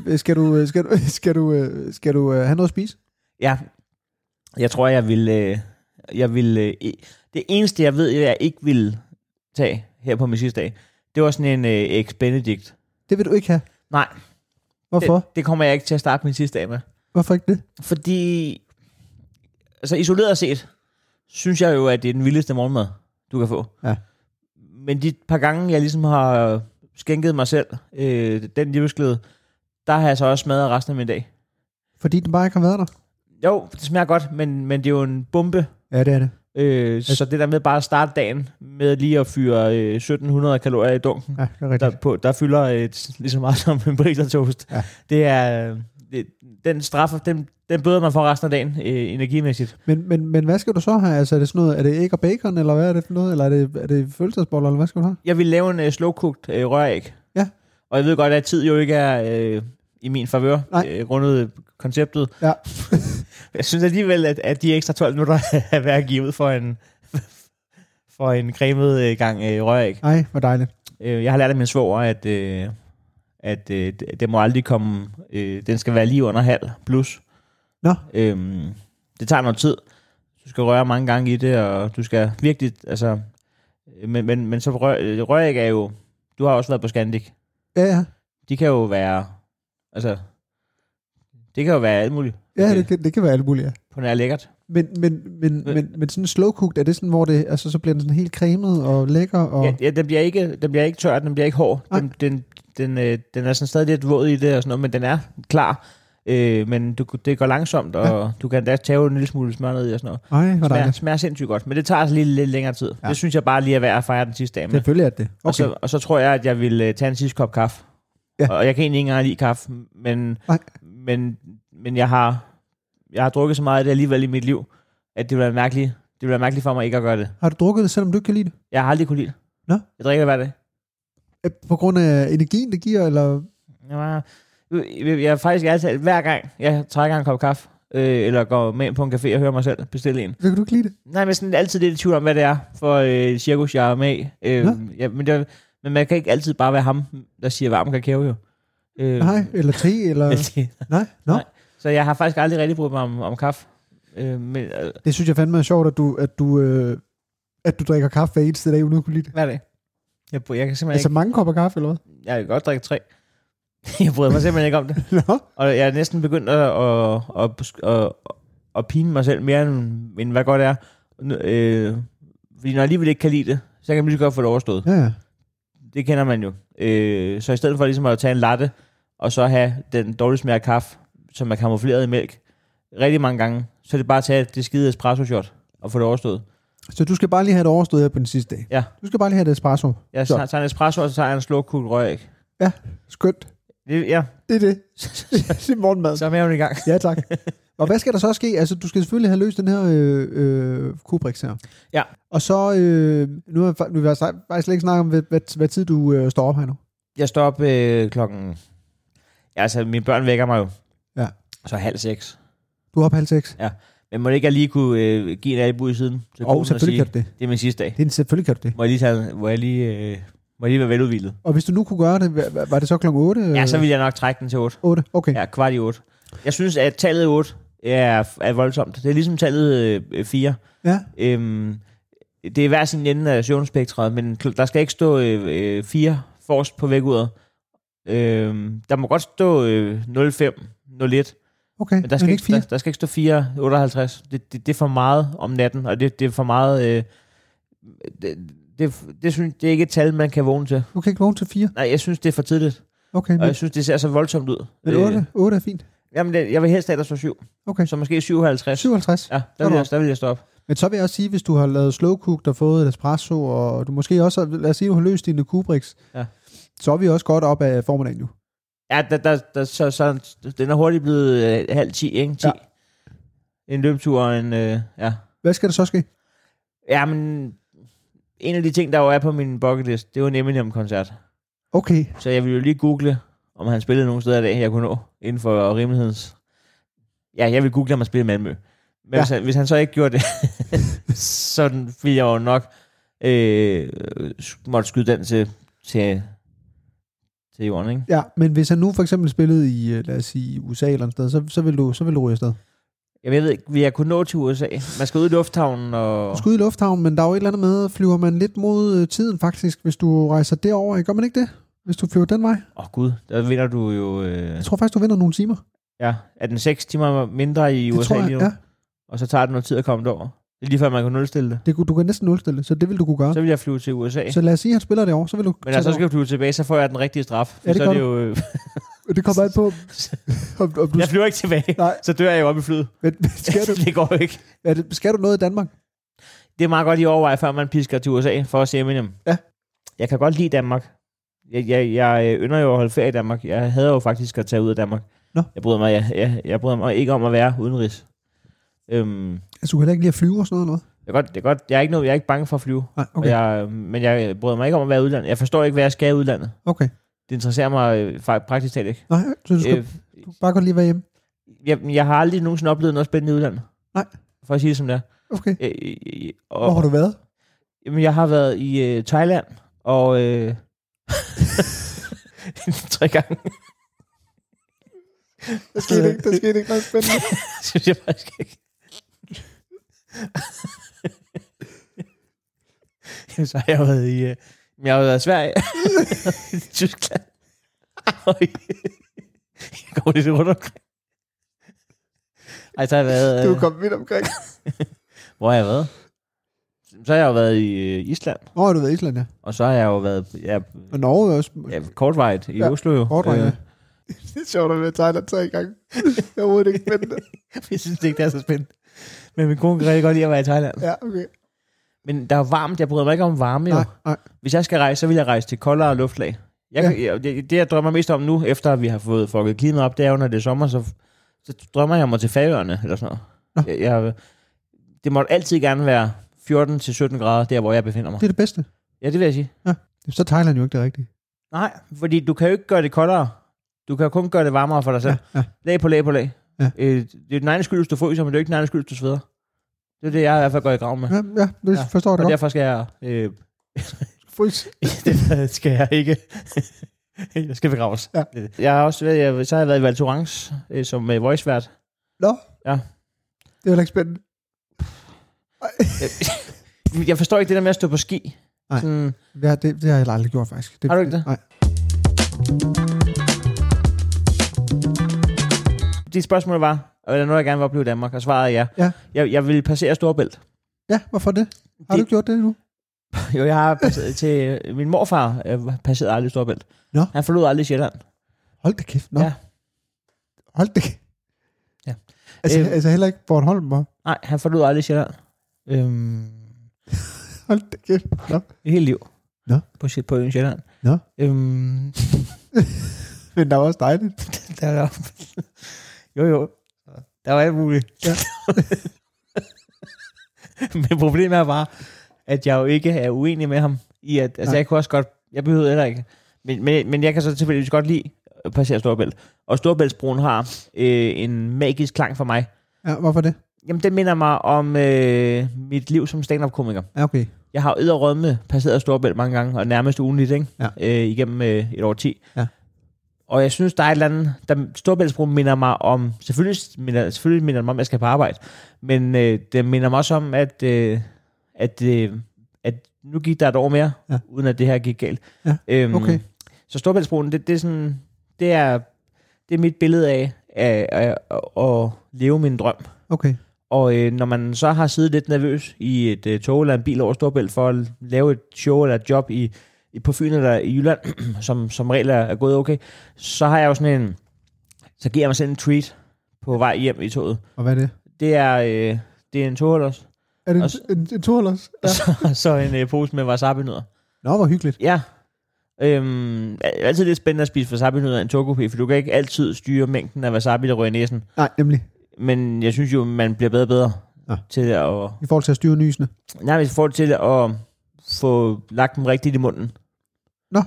Skal du have noget at spise? Ja. Jeg tror, jeg vil det eneste, jeg ved, jeg ikke vil tage her på min sidste dag, det var sådan en Eggs Benedict. Det vil du ikke have? Nej. Hvorfor? Det kommer jeg ikke til at starte min sidste dag med. Hvorfor ikke det? Fordi, altså isoleret set, synes jeg jo, at det er den vildeste morgenmad, du kan få. Ja. Men de par gange, jeg ligesom har skænket mig selv den livsglæde, der har jeg så også smadret resten af min dag. Fordi den bare ikke har været der? Jo, det smager godt, men det er jo en bombe. Ja, det er det. Så det der med bare at starte dagen med lige at fyre 1700 kalorier i dunken, ja, det er der fylder lige så meget som en burrito-toast. Ja. den straf, den bøder man for resten af dagen energimæssigt. Men hvad skal du så have? Altså, er det sådan noget, er det æg og bacon, eller hvad er det for noget? Eller er det følelsesboller, eller hvad skal du have? Jeg vil lave en slowkogt røræg. Ja. Og jeg ved godt, at tid jo ikke er i min favør, grundet konceptet. Ja. Jeg synes alligevel, at de ekstra 12 minutter er værd at give ud for en cremet gang røræg. Nej, hvor dejligt. Jeg har lært af min svoger, at det må aldrig komme... den skal være lige under halv plus. Nå. Det tager noget tid. Du skal røre mange gange i det, og du skal virkelig... Altså, men så røræg er jo... Du har også været på Scandic. Ja. De kan jo være... Altså... Det kan jo være alt muligt. Ja, det kan være alt muligt, ja. På nær lækkert. Men sådan slow cooked, er det sådan, hvor det, altså, så bliver den sådan helt cremet og lækker? Og... Ja, den bliver ikke tør, den bliver ikke hård. Den er sådan stadig lidt våd i det og sådan noget, men den er klar. Men det går langsomt, og du kan da tage en lille smule smør ned i og sådan noget. Nej, hvor dejligt. Smager sindssygt godt, men det tager altså lidt længere tid. Ja. Det synes jeg bare lige er værd at fejre den sidste dag med. Selvfølgelig er det. Okay. Og så tror jeg, at jeg vil tage en sidste kop kaffe. Ja. Og jeg kan egentlig ikke engang lide kaffe, men jeg har drukket så meget af det alligevel i mit liv, at det vil være mærkeligt for mig ikke at gøre det. Har du drukket det, selvom du ikke kan lide det? Jeg har aldrig kunne lide det. Nå? Jeg drikker det hver dag. På grund af energien, det giver, eller? Jeg faktisk altid, hver gang jeg trækker en kop kaffe, eller går med ind på en café og hører mig selv bestille en. Så kan du ikke lide det? Nej, men sådan altid lidt i tvivl om, hvad det er for cirkus, jeg er med. Men man kan ikke altid bare være ham, der siger varm kakao jo. Nej, eller te, eller... Nej. Så jeg har faktisk aldrig rigtig brugt mig om kaffe. Det synes jeg fandme er sjovt, at du drikker kaffe hver eneste dag, uden at kunne lide det. Hver dag. Jeg kan simpelthen altså mange kopper kaffe, eller hvad? Jeg kan godt drikke 3. Jeg bryder mig simpelthen ikke om det. Nå? Og jeg er næsten begyndt at pine mig selv mere, end hvad godt er. Fordi når jeg alligevel ikke kan lide det, så kan jeg lige godt få det overstået. Ja. Det kender man jo. Så i stedet for ligesom at tage en latte, og så have den dårlige smag af kaffe, som er kamufleret i mælk, rigtig mange gange, så er det bare at tage det skide espresso shot og få det overstået. Så du skal bare lige have det overstået her på den sidste dag? Ja. Du skal bare lige have det espresso? Jeg tager en espresso, og så tager jeg en slowcooked røræg. Ja, skønt. Ja. Det er det. Det er morgenmad. Så er jeg i gang. Ja, tak. Og hvad skal der så ske? Altså, du skal selvfølgelig have løst den her Kubrix her. Ja. Og så, nu har jeg faktisk slet ikke snakket om, hvad tid du står op her nu. Jeg står op klokken... Ja, altså, mine børn vækker mig jo. Ja. Så 5:30. Du er op 5:30? Ja. Men må det ikke jeg lige kunne give en albu i siden? Selvfølgelig kan du det. Det er min sidste dag. Selvfølgelig kan du det. Må jeg lige være veludhvilet. Og hvis du nu kunne gøre det, var det så klokken 8? Ja, så ville jeg nok trække den til 8. 8, okay. Ja, 7:15. Jeg synes, at tallet 8 er voldsomt. Det er ligesom tallet 4. Ja. Det er hver sin ende af søvnspektret, men der skal ikke stå 4 forrest på væguret. Der må godt stå 05, 01. Okay, men der skal ikke stå 4:58. Det er for meget om natten, og det er for meget... Det synes det er ikke et tal, man kan vågne til. Du kan ikke vågne til 4? Nej, jeg synes, det er for tidligt. Okay. Og jeg synes, det ser så voldsomt ud. Men 8 er fint? Jamen, jeg vil helst have, der står 7. Okay. Så måske 7:50. 57? Ja, der vil jeg stå op. Men så vil jeg også sige, hvis du har lavet slow cooked og fået et espresso, og du måske også, lad os sige, du har løst dine Kubrix, så er vi også godt op af formiddagen nu. Ja, så den er hurtigt blevet 9:30, ikke? 10. Ja. En løbetur og en... ja. Hvad skal der så ske? Jamen, en af de ting, der jo er på min bucket list, det er jo en Eminem-koncert. Okay. Så jeg vil jo lige google, om han spillede nogle steder i dag, jeg kunne nå, inden for rimelighedens... Ja, jeg vil google, om han spillede Malmø. Men hvis han så ikke gjorde det, så ville jeg jo nok måtte skyde den til jorden, ikke? Ja, men hvis han nu for eksempel spillede i, lad os sige, USA eller et sted, så vil du ryge afsted. Jeg ved ikke, vil jeg kunne nå til USA? Man skal ud i lufthavnen og... Du skal ud i lufthavnen, men der er jo et eller andet med, flyver man lidt mod tiden faktisk, hvis du rejser derover. Gør man ikke det, hvis du flyver den vej? Gud, der vinder du jo... Jeg tror faktisk, du vinder nogle timer. Ja, er den 6 timer mindre i det USA jeg, lige nu? Ja. Og så tager det noget tid at komme derover. Det er lige før, man kan nulstille det. Du kan næsten nulstille det, så det vil du kunne gøre. Så vil jeg flyve til USA. Så lad os sige, at han spiller derovre, så vil du... Men når så skal du flyve tilbage, så får jeg den rigtige straf. Ja, det så er det jo... det kommer an på... om du... Jeg flyver ikke tilbage, så dør jeg jo op i flyet. Men skal du... det går ikke. Skal du noget i Danmark? Det er meget godt lige overveje, før man pisker til USA for at se Eminem. Ja. Jeg kan godt lide Danmark. Jeg ynder jo at holde ferie i Danmark. Jeg hader jo faktisk at tage ud af Danmark. Nå. Jeg bryder mig ikke om at være udenrigs. Altså, du kan da ikke lide at flyve og sådan noget? Det er godt. Jeg er ikke bange for at flyve. Nej, okay. Men jeg bryder mig ikke om at være i udlandet. Jeg forstår ikke, hvad jeg skal i udlandet. Okay. Det interesserer mig praktisk talt ikke. Nej, så du skal bare godt lige være hjemme? Jeg har aldrig nogensinde oplevet noget spændende i udlandet. Nej. For at sige det som det er. Okay. Hvor har du været? Jamen, jeg har været i Thailand, og 3 gange. Der skete ikke noget spændende. Det synes jeg faktisk ikke. Så har jeg været i... Jeg har været i Sverige, i Tyskland, og jeg går lidt rundt omkring. Så har jeg været... Du er kommet vidt omkring. Hvor har jeg været? Så har jeg jo været i Island. Hvor har du været i Island, ja? Og så har jeg jo været... Og Norge også. Ja, kortvarigt i Oslo jo. Kortvarigt, ja. Det er sjovt at være i Thailand 3 gange. Det er overhovedet ikke spændende. Jeg synes ikke, det er så spændende. Men min kone kan rigtig godt lide at være i Thailand. Ja, okay. Men der er varmt. Jeg bryder mig ikke om varme, jo. Nej. Hvis jeg skal rejse, så vil jeg rejse til koldere luftlag. Det, jeg drømmer mest om nu, efter vi har fået fucket klimaet op, det er jo, når det er sommer, så drømmer jeg mig til Færøerne, eller sådan noget. Det må altid gerne være 14-17 grader, der hvor jeg befinder mig. Det er det bedste. Ja, det vil jeg sige. Ja. Så er Thailand jo ikke det rigtige. Nej, fordi du kan jo ikke gøre det koldere. Du kan jo kun gøre det varmere for dig selv. Ja. Lag på lag. Ja. Det er den egen skyld, hvis du fryser, men det er jo ikke den egen skyld, hvis du sveder. Det er det, jeg i hvert fald går i graven med. Ja, det forstår jeg godt. Og derfor skal jeg... Fryse. Det skal jeg ikke. Jeg skal begraves. Ja. Jeg har også så har jeg været i Val Thorens som voicevært. Nå? Ja. Det er jo ikke spændende. Jeg forstår ikke det der med at stå på ski. Nej, sådan, det har jeg aldrig gjort faktisk. Har du ikke det? Nej. Dit spørgsmål var, er der noget, jeg gerne vil opleve i Danmark? Og svaret er ja. Jeg vil passere Storebælt. Ja, hvorfor det? Har du gjort det endnu? Jo, jeg har passeret til... Min morfar passerede aldrig Storebælt. Nå. Han forlod aldrig Sjælland. Hold da kæft. Nå. Ja. Hold da kæft. Ja. Altså heller ikke Bornholm, var? Nej, han forlod aldrig Sjælland. Hold da kæft. Nå. Et helt liv. Nå. På øen Sjælland. Nå. Men der var også dejligt. Der var jo. Der var alt muligt. Ja. Men problemet er bare, at jeg jo ikke er uenig med ham i, at altså jeg kunne også godt, jeg behøvede heller ikke, men jeg kan så selvfølgelig godt lide at passere Storebælt. Og Storebæltsbroen har en magisk klang for mig. Ja, hvorfor det? Jamen, det minder mig om mit liv som stand-up-komiker. Ja, okay. Jeg har edderrødme passeret Storebælt mange gange, og nærmest ugenligt, ikke? Ja. Igennem et år 10. Ja. Og jeg synes, der er et eller andet... Storebæltsbroen minder mig om... Selvfølgelig minder mig om, at jeg skal på arbejde. Men det minder mig også om, at nu gik der et år mere, uden at det her gik galt. Ja, okay. Så Storebæltsbroen, det er sådan... Det er mit billede af at leve min drøm. Okay. Og når man så har siddet lidt nervøs i et tog eller en bil over Storebælt for at lave et show eller et job på Fyn eller i Jylland, som regel er gået okay, så har jeg jo sådan en... Så giver jeg mig selv en treat på vej hjem i toget. Og hvad er det? Det er en toholders. Er det en toholders? Ja. Så en pose med wasabi-nødder. Nå, hvor hyggeligt. Ja. Altid lidt spændende at spise wasabi-nødder i en togkupé, for du kan ikke altid styre mængden af wasabi, der rører i næsen. Nej, nemlig. Men jeg synes jo, man bliver bedre og bedre til at... I forhold til at styre nysene? Nej, i forhold til at få lagt dem rigtigt i munden. Nå.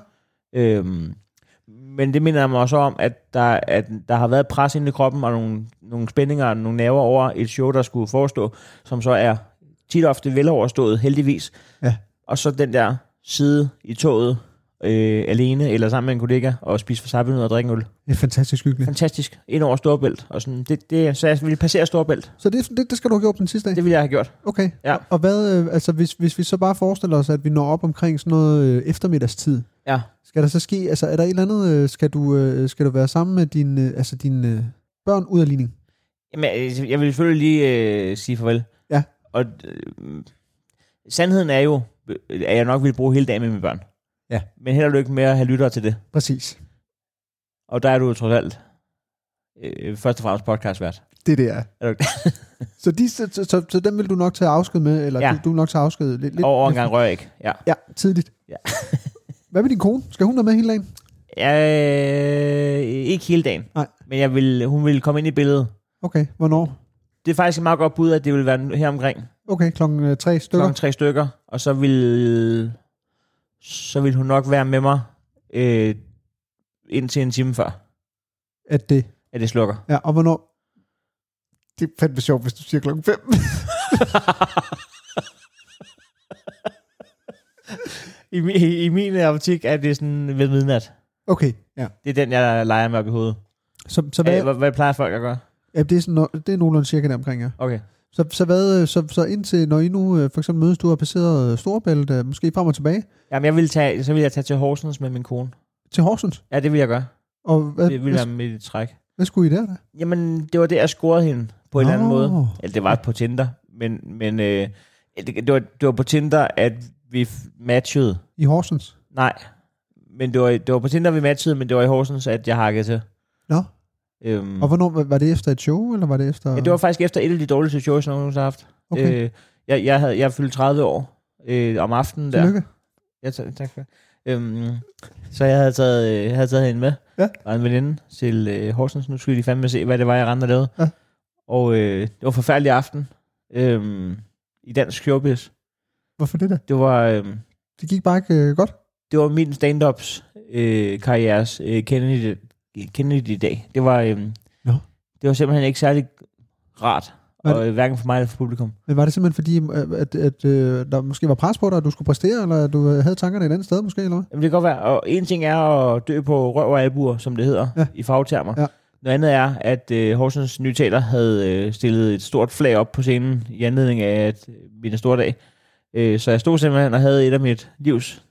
Men det minder mig også om, at der har været pres inde i kroppen, og nogle spændinger og nogle nerver over et show, der skulle forestå, som så er tit ofte veloverstået, heldigvis. Ja. Og så den der side i toget, alene eller sammen med en kollega og spise wasabi-nødder og drikke øl. Det er fantastisk hyggeligt. Fantastisk. Ind over Storebælt. Og sådan, så jeg ville passere Storebælt. Så det skal du have gjort den sidste dag? Det ville jeg have gjort. Okay. Ja. Og hvad, altså hvis vi så bare forestiller os, at vi når op omkring sådan noget eftermiddagstid. Ja. Skal der så ske, altså er der et eller andet, skal du være sammen med dine børn ud af ligning? Jamen, jeg vil selvfølgelig lige sige farvel. Ja. Og sandheden er jo, at jeg nok vil bruge hele dagen med mine børn. Ja. Men held og lykke med at have lyttere til det. Præcis. Og der er du jo trods alt først og fremmest podcastvært. Det er. Er du så dem vil du nok tage afsked med, eller du vil nok tage afsked lidt? Over en gang rør ikke. Ja. Ja, tidligt. Ja. Hvad med din kone? Skal hun være med hele dagen? Ikke hele dagen. Nej. Men hun vil komme ind i billedet. Okay, hvornår? Det er faktisk et meget godt bud, at det vil være her omkring. Okay, klokken 3 stykker. Klokken 3 stykker. Og så vil hun nok være med mig indtil en time før. At det slukker. Ja, og hvornår? Det er fandme sjovt, hvis du siger klokken 5. I min optik er det sådan ved midnat. Okay, ja. Det er den, jeg leger med op i hovedet. Så hvad plejer folk at gøre? Ja, det er nogenlunde cirka der omkring, ja. Okay. Så indtil, når I nu for eksempel mødes, du har passeret Storebælt, måske frem og tilbage? Jamen, så vil jeg tage til Horsens med min kone. Til Horsens? Ja, det vil jeg gøre. Og det vil være mit træk. Hvad skulle I der da? Jamen, det var det, jeg scorede hende på en eller anden måde. Eller det var på Tinder, men det var på Tinder, at vi matchede. I Horsens? Nej, men det var på Tinder, vi matchede, men det var i Horsens, at jeg hakkede til. Nå. Og hvornår, var det efter et show, eller var det efter... Ja, det var faktisk efter et af de dårligste shows, jeg nogensinde har haft. Okay. Jeg fyldte 30 år om aftenen der. Tillykke. Ja, tak for så jeg havde taget hende med, og en veninde til Horsens. Nu skulle de fandme se, hvad det var, jeg rendte og lavede. Ja. Og det var en forfærdelig aften i dansk showbiz. Hvorfor det da? Det var... det gik bare ikke godt? Det var min stand-ups karrieres Kennedy-dag. Det var, det var simpelthen ikke særlig rart. Og hverken for mig eller for publikum. Men var det simpelthen fordi, at der måske var pres på dig, at du skulle præstere, eller at du havde tankerne et andet sted måske, eller hvad? Jamen det kan godt være. Og en ting er at dø på røv og albuer, som det hedder i fagtermer. Ja. Noget andet er, at Horsens Nye Teater havde stillet et stort flag op på scenen i anledning af at min store dag. Så jeg stod simpelthen og havde et af mit livs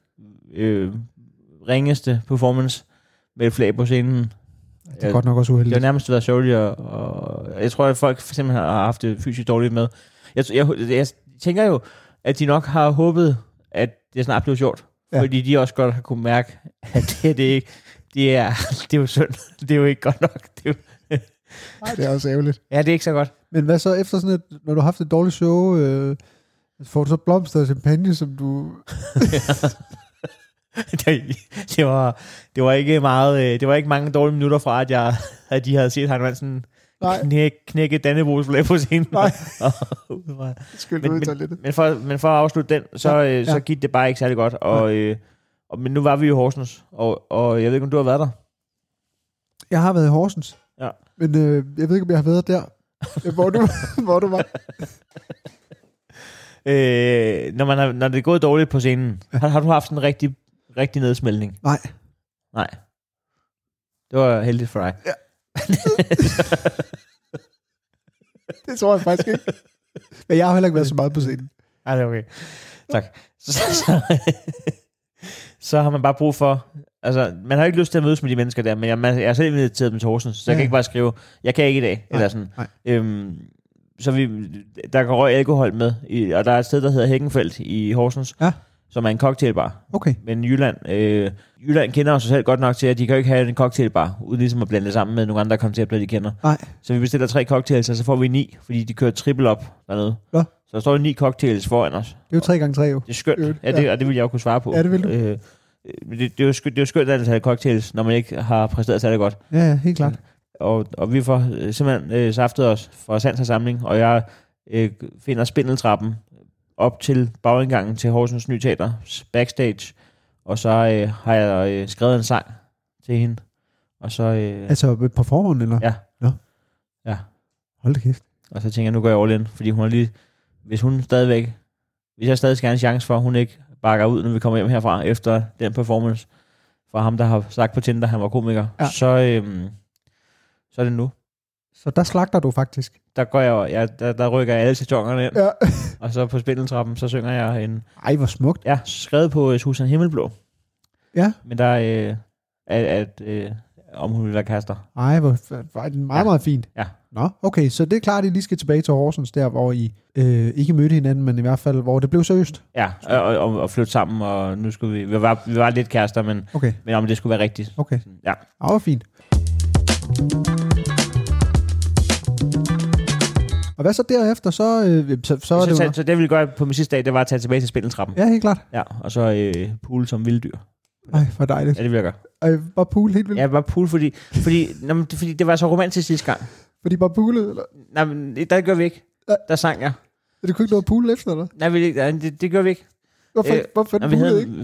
ringeste performance med et flag på scenen. Det er godt nok også uheldigt. Det har nærmest været sjovt, og jeg tror, at folk simpelthen har haft det fysisk dårligt med. Jeg tænker jo, at de nok har håbet, at det snart blev sjovt. Ja. Fordi de også godt har kunne mærke, at det ikke... Det er jo synd. Det er jo ikke godt nok. Nej, det er også ærgerligt. Ja, det er ikke så godt. Men hvad så efter sådan et... Når du har haft et dårligt show, får du så blomster og champagne, som du... det var ikke meget. Det var ikke mange dårlige minutter fra, at de havde set Heino Hansen knække Dannebrogsflag på scenen. Nej. Men for at afslutte den, så gik det bare ikke særlig godt. Men nu var vi i Horsens, og jeg ved ikke, om du har været der. Jeg har været i Horsens. Ja. Men jeg ved ikke, om jeg har været der. Hvor du var. Når det er gået dårligt på scenen, har du haft en rigtig nedsmeltning? Nej. Det var heldigt for dig. Ja. Det tror jeg faktisk ikke. Men jeg har heller ikke været så meget på scenen. Nej, det er okay. Tak. Så har man bare brug for... Altså, man har ikke lyst til at mødes med de mennesker der, men jeg er selv inviteret dem til Horsens, så jeg kan ikke bare skrive, jeg kan ikke i dag, eller sådan. Så der går alkohol med, og der er et sted, der hedder Hækkenfeldt i Horsens, som er en cocktailbar. Okay. Men Jylland kender jo sig selv godt nok til, at de kan jo ikke have en cocktailbar, uden ligesom at blande det sammen med nogle andre koncepter, de kender. Nej. Så vi bestiller 3 cocktails, og så får vi 9, fordi de kører triple op dernede. Ja. Så der står 9 cocktails foran os. Det er jo 3x3 jo. Det er skønt, og det vil jeg jo kunne svare på. Ja, det vil du. Det er jo skønt at have cocktails, når man ikke har præsteret særlig godt. Ja, helt klart. Og vi får simpelthen saftet os for sans og samling, og jeg finder spindeltrappen op til bagindgangen til Horsens Nye Teater, backstage, og så har jeg skrevet en sang til hende. Og så, altså på forhånd, eller? Ja. Nå. Ja. Hold da kæft. Og så tænker jeg, nu går jeg all in, fordi hun er lige... Hvis jeg stadig skal have en chance for, at hun ikke bakker ud, når vi kommer hjem herfra, efter den performance fra ham, der har sagt på Tinder, han var komiker, så er det nu. Så der slagter du faktisk? Der går der rykker jeg alle sæsonerne ind, og så på spindeltrappen, så synger jeg en... Ej, hvor smukt. Ja, skrevet på Susan Himmelblå. Ja. Men der er om hun vil være kaster. Ej, hvor er det meget fint. Ja. Nå, okay, så det er klart, at I lige skal tilbage til Horsens, der hvor I ikke mødte hinanden, men i hvert fald, hvor det blev seriøst. Ja, og flytte sammen, og nu skulle vi var lidt kærester, men om det skulle være rigtigt. Okay, ja. Hvor fint. Og hvad så derefter, så det ville gøre på min sidste dag, det var at tage tilbage til spindeltrappen. Ja, helt klart. Ja, og så pool som vilddyr. Ej, hvor dejligt. Ja, det vil jeg gøre. Bare pool helt vildt? Ja, bare pool, fordi det var så romantisk sidste gang. Fordi bare poolede, eller? Nej, men der gør vi ikke. Der sang jeg. Er det kunne ikke noget pool efter, eller? Nej, det gør vi ikke. Hvorfor vi havde, ikke?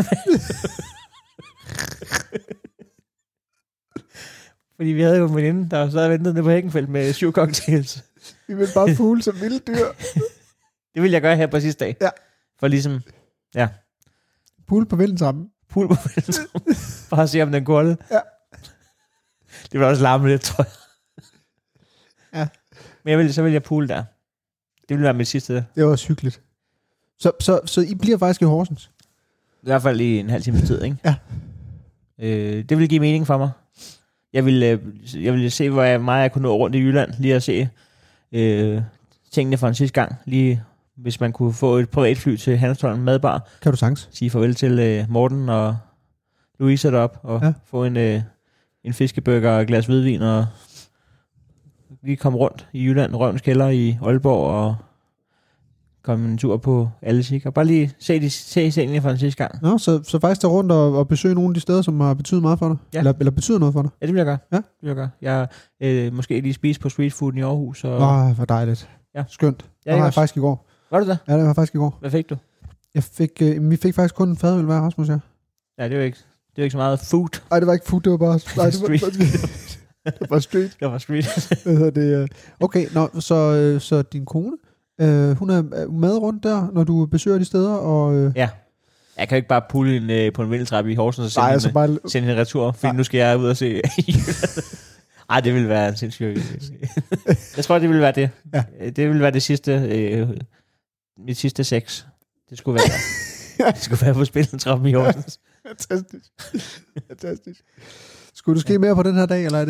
Fordi vi havde jo en veninde, der sad og ventede nede på Hækkenfeldt med 7 cocktails. Vi ville bare pool som vilde dyr. Det ville jeg gøre her på sidste dag. Ja. For ligesom, ja. Pool på vilden sammen. Pool på vilden sammen. Bare at se, om den kunne holde. Ja. Det var også larme lidt, tror jeg. Ja. Men så vil jeg pool der. Det ville være mit sidste. Det var også hyggeligt. Så I bliver faktisk i Horsens? I hvert fald i en halv time tid, ikke? Ja. Det ville give mening for mig. Jeg ville se, hvor meget jeg kunne nå rundt i Jylland, lige at se tingene fra en sidste gang. Lige hvis man kunne få et privatfly til Hanstholm Madbar. Kan du sagtens? Sige farvel til Morten og Louise derop og få en fiskeburger og et glas hvidvin og lige komme rundt i Jylland, Røvens Kælder i Aalborg og komme en tur på Allesik og bare lige se tingene fra den sidste gang. Nå, så faktisk tage rundt og besøge nogle af de steder, som har betydet meget for dig? Ja. Eller betyder noget for dig? Ja, det vil jeg gøre. Ja? Det vil jeg gøre. Jeg måske lige spise på streetfooden i Aarhus. Og... hvor dejligt. Ja. Skønt. Ja, det var jeg faktisk i går. Var du der? Ja, det var faktisk i går. Hvad fik du? Vi fik faktisk kun en fadøl hver, Rasmus, ja. Ja, det var ikke så meget food. Nej, det var ikke food, det var bare... Nej, det var street. Det var street. Okay, så din kone, hun er med rundt der, når du besøger de steder, og... Ja. Jeg kan jo ikke bare pulle på en vindeltrappe i Horsens og sende hende retur, fordi nu skal jeg ud og se... Ej, det ville være en sindssyg... Jeg tror, det ville være det. Ja. Det ville være det sidste... mit sidste sex. Det skulle være... Det skulle være på spillentrappen i Horsens. Fantastisk. Skulle du ske mere på den her dag, eller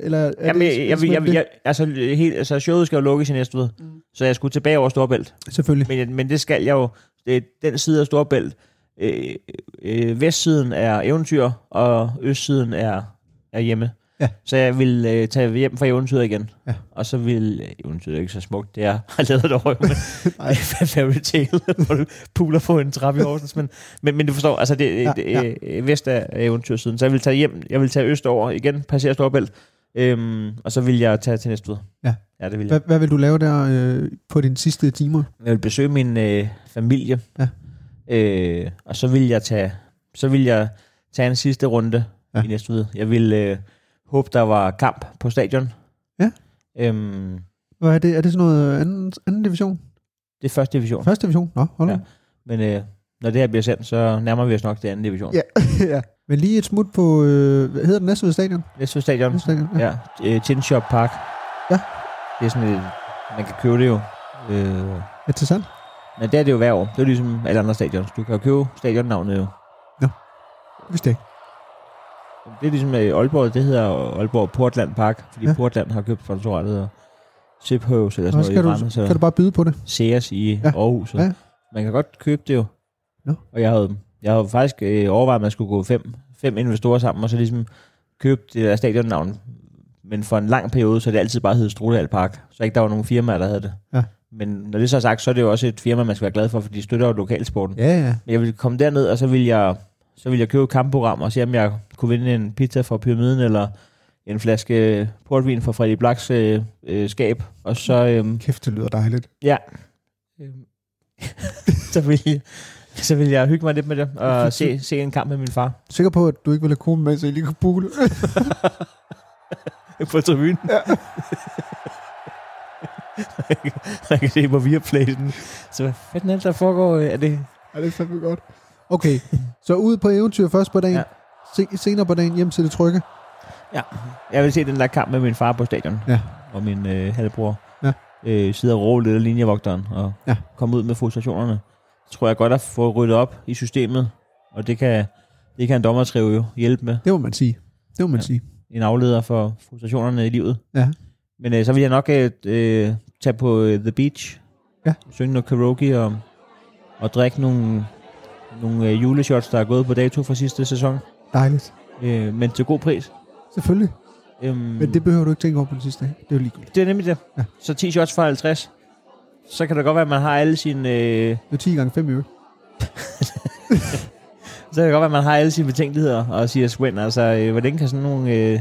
altså showet skal jo lukkes i næste uge, så jeg skulle tilbage over Storebælt. Selvfølgelig. Men det skal jeg jo. Den side af Storebælt, vestsiden er eventyr, og østsiden er hjemme. Ja. Så jeg vil tage hjem fra eventyret igen. Ja. Og så vil eventyret ikke så smukt. Det er har lavet det over med fairy tale, hvor du puler på en trappe i Horsens. Men du forstår, altså vest er eventyrsiden. Så jeg vil tage hjem. Jeg vil tage øst over igen, passere Storebælt. Og så vil jeg tage til næste uge. Ja. Ja, det vil jeg. Hvad vil du lave der på dine sidste timer? Jeg vil besøge min familie. Ja. Og så vil jeg tage en sidste runde i næste uge. Jeg vil håbe, der var kamp på stadion. Ja. Hvad er det? Er det sådan noget anden division? Det er første division. Første division? Nå, hold ja. Men når det her bliver sendt, så nærmer vi os nok til anden division. Ja. Ja. Men lige et smut på, hvad hedder det, Næstved Stadion? Næstved Stadion, ja. Tin Shop Park. Ja. Det er sådan et, man kan købe det jo. Interessant. Men det er det jo hver år. Det er ligesom alle andre stadions. Du kan jo købe stadionnavnet jo. Ja, hvis det ikke. Det er ligesom Aalborg, det hedder Aalborg Portland Park, fordi Portland har købt sponsoratet og Ziphøs eller sådan noget i Randers. Kan du bare byde på det? Sears i Aarhus. Ja. Man kan godt købe det jo. Ja. Og jeg havde faktisk overvejet, at man skulle gå fem investorer sammen, og så ligesom købe det der stadionnavn. Men for en lang periode, så er det altid bare hedder Strudal Park. Så ikke der var nogen firmaer, der havde det. Ja. Men når det så er sagt, så er det jo også et firma, man skal være glad for, for de støtter jo lokalsporten. Ja. Men jeg vil komme derned, og så vil jeg købe kampprogram og se, om jeg kunne vinde en pizza fra Pyramiden, eller en flaske portvin fra Freddy Blacks skab. Og så... Kæft, det lyder dejligt. Ja. så vil jeg hygge mig lidt med det, og se en kamp med min far. Sikker på, at du ikke vil have kone med, så I lige kunne pule? På tribunen. Ja. Jeg kan se på Viaplayen. Så hvad fanden er det, der foregår? Er det... Ja, det er fandme godt. Okay, så ud på eventyr først på dagen, senere på dagen hjem til det trygge. Ja, jeg vil se den der kamp med min far på stadion, og min halvbror sidder og råber lidt af linjevogteren, og komme ud med frustrationerne. Så tror jeg godt at få ryddet op i systemet, og det kan en dommertrive jo hjælpe med. Det må man sige. En afleder for frustrationerne i livet. Ja. Men så vil jeg nok tage på The Beach, synge noget karaoke og drikke nogle juleshots, der er gået på dato fra sidste sæson. Dejligt. Men til god pris. Selvfølgelig. Men det behøver du ikke tænke over på den sidste dag. Det er jo ligegyldigt. Det er nemlig det. Ja. Så 10 shots for 50. Så kan det godt være, at man har alle sine... Det er 10 gange 5 øre. Så kan det godt være, at man har alle sine betænkeligheder, og siger Sven, altså, hvor længe kan sådan nogle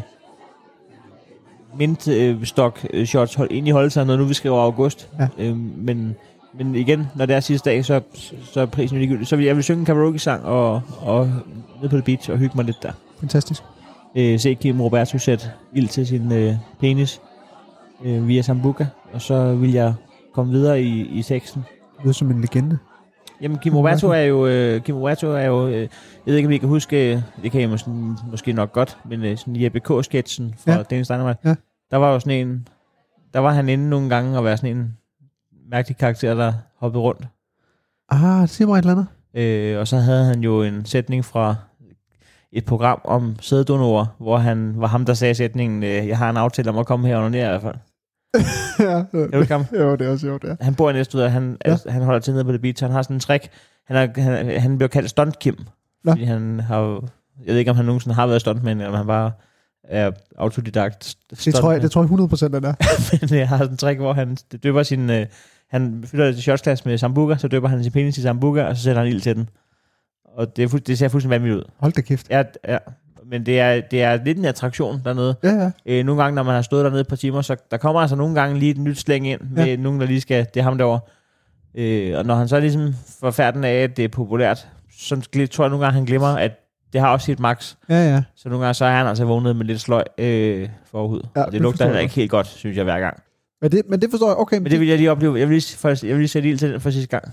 mint-stock-shots egentlig holde sig, når nu vi skriver august? Ja. Men igen, når det er sidste dag, så er prisen jo ligegyldig. Så jeg vil synge en karaoke-sang og ned på the beach og hygge mig lidt der. Fantastisk. Se Kim Roberto sætte ild til sin penis via Sambuca, og så vil jeg komme videre i teksten. Det lyder som en legende. Jamen, Kim Roberto er jo, jeg ved ikke, om I kan huske, det kan I måske nok godt, men sådan Jeppe K-sketchen fra Dennis Dynamite, der var jo sådan en, der var han inde nogle gange og være sådan en mærkelig karakter, der hoppede rundt. Det siger mig et eller andet. Og så havde han jo en sætning fra et program om sæddonorer, hvor han var ham, der sagde sætningen, jeg har en aftale om at komme her og ned i hvert fald. Jo, det er også sjovt, ja. Han bor i Næstved, han holder til nede på The Beach. Han har sådan en trick. Han bliver kaldt Stunt Kim. Fordi han har, jeg ved ikke, om han nogensinde har været stuntman, eller om han bare er autodidakt. Det tror jeg 100% er der. Men jeg har sådan en trick, hvor han døber sin... han fylder til shotsglas med Sambuca, så døber han sin penis i Sambuca, og så sætter han ild til den. Og det ser fuldstændig vanvittigt ud. Hold da kæft. Ja. Men det er lidt en attraktion dernede. Ja. Nogle gange, når man har stået dernede et par timer, så der kommer altså nogle gange lige et nyt slæng ind med nogen, der lige skal, det er ham derovre. Og når han så ligesom får færden af, at det er populært, så tror jeg nogle gange, han glemmer, at det har også sit max. Ja. Så nogle gange, så er han altså vågnet med lidt sløj forhud. Ja, og det lugter heller ikke helt godt, synes jeg, hver gang. Men det forstår jeg, okay. Men det vil jeg lige opleve. Jeg vil lige sætte ild til den for sidste gang.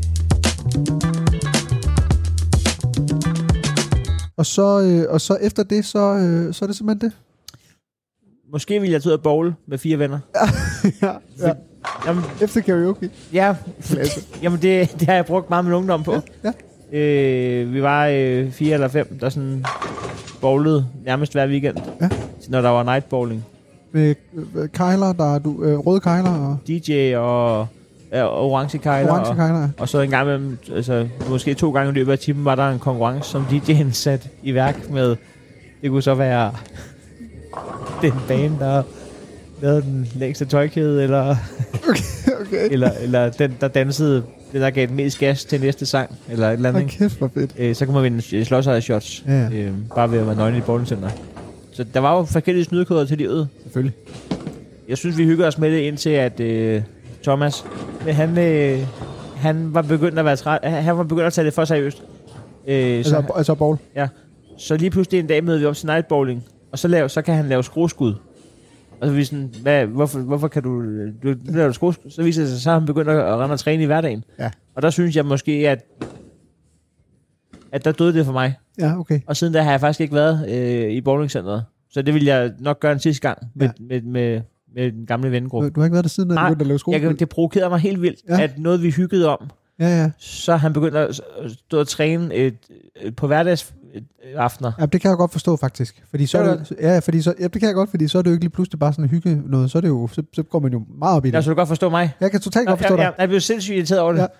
Og så efter det, så er det simpelthen det. Måske ville jeg tage ud og bowle med 4 venner. Ja. Jamen, efter karaoke. Ja, jamen det har jeg brugt meget med ungdom på. Ja. Vi var 4 eller 5, der sådan bowlede nærmest hver weekend. Ja. Når der var night bowling. Med kejler, røde kejler og... DJ og orange kejler. Og så en gang med, altså måske 2 gange i løbet af timen, var der en konkurrence, som DJ'en satte i værk med. Det kunne så være den bane, der lavede den længste tøjkæde, eller okay. eller den, der dansede, den der gav den mest gas til næste sang, eller et eller andet. Kæft, hvor fedt. Så kunne man vinde slåsejr-shots, bare ved at være nøgne i bowlingcenter. Så der var jo forskellige snydekoder til livet. Selvfølgelig. Jeg synes, vi hygger os med det, indtil at Thomas, han var begyndt at være træt. Han var begyndt at tage det for seriøst. Altså bowl? Ja. Så lige pludselig en dag mødte vi op til night bowling, og så kan han lave skrueskud. Og så vi sådan, hvorfor kan du lave skrueskud? Så viser det sig, så har han begyndt at rende og træne i hverdagen. Ja. Og der synes jeg måske, at der døde det for mig. Ja, okay. Og siden da har jeg faktisk ikke været i bowlingcenteret. Så det vil jeg nok gøre en sidste gang med den gamle vennegruppe. Du har ikke været der siden, at du begyndte at lave skole? Det provokerede mig helt vildt, at noget vi hyggede om, så han begyndte at stå og træne på hverdagsaftener. Ja, det kan jeg godt forstå faktisk. Fordi så det kan jeg godt, fordi så er det jo ikke lige pludselig bare sådan hygge noget. Så er det jo, så går man jo meget op i det. Ja, så du godt forstå mig? Jeg kan totalt godt forstå dig. Jeg blev sindssygt irriteret over det.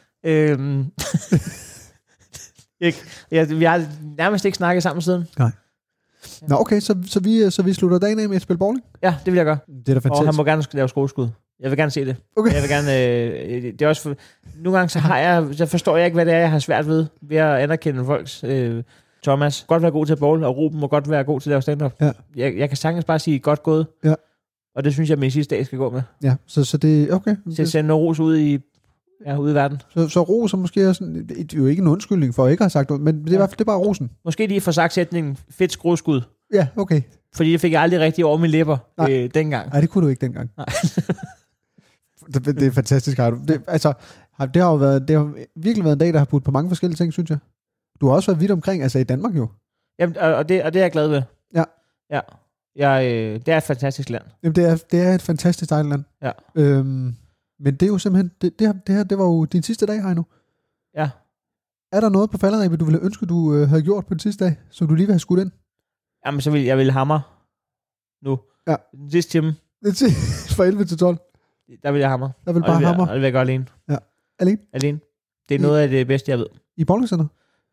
Ja. Vi har nærmest ikke snakket sammen siden. Nej. Nå, okay, så vi slutter dagen af med at spille bowling? Ja, det vil jeg gøre. Det er da fantastisk. Og han må gerne lave skrueskud. Jeg vil gerne se det. Okay. Jeg vil gerne... det er også nogle gange så forstår jeg ikke, hvad det er, jeg har svært ved at anerkende folks... Thomas, godt være god til at bowle, og Ruben må godt være god til at lave stand-up. Ja. Jeg kan sagtens bare sige, godt gået. Ja. Og det synes jeg, min sidste dag skal gå med. Ja, så det er okay. Til at sende noget ros ud i verden. Så ros er måske sådan, det er jo ikke en undskyldning for at ikke have sagt noget, men det er i hvert fald det er bare rosen. Måske lige for sagt sætningen, fedt skrueskud. Ja, okay. Fordi det fik jeg aldrig rigtig over mine læber dengang. Nej, det kunne du ikke dengang. Nej. det er fantastisk, Heino. Det har virkelig været en dag, der har budt på mange forskellige ting, synes jeg. Du har også været vidt omkring, altså i Danmark jo. Jamen, og det er jeg glad ved. Ja. Det er et fantastisk land. Jamen, det er et fantastisk dejligt land. Ja. Men det er jo simpelthen, det var jo din sidste dag, Heino. Ja. Er der noget på falderebet, du ville ønske, du havde gjort på den sidste dag, som du lige vil have skudt ind? Jamen, så vil jeg hamre nu. Ja. Den sidste time. Fra 11 til 12. Der vil jeg hamre. Der vil bare hamre. Og det vil jeg gøre alene. Ja. Alene? Det er noget af det bedste, jeg ved. I bowlingcenteret?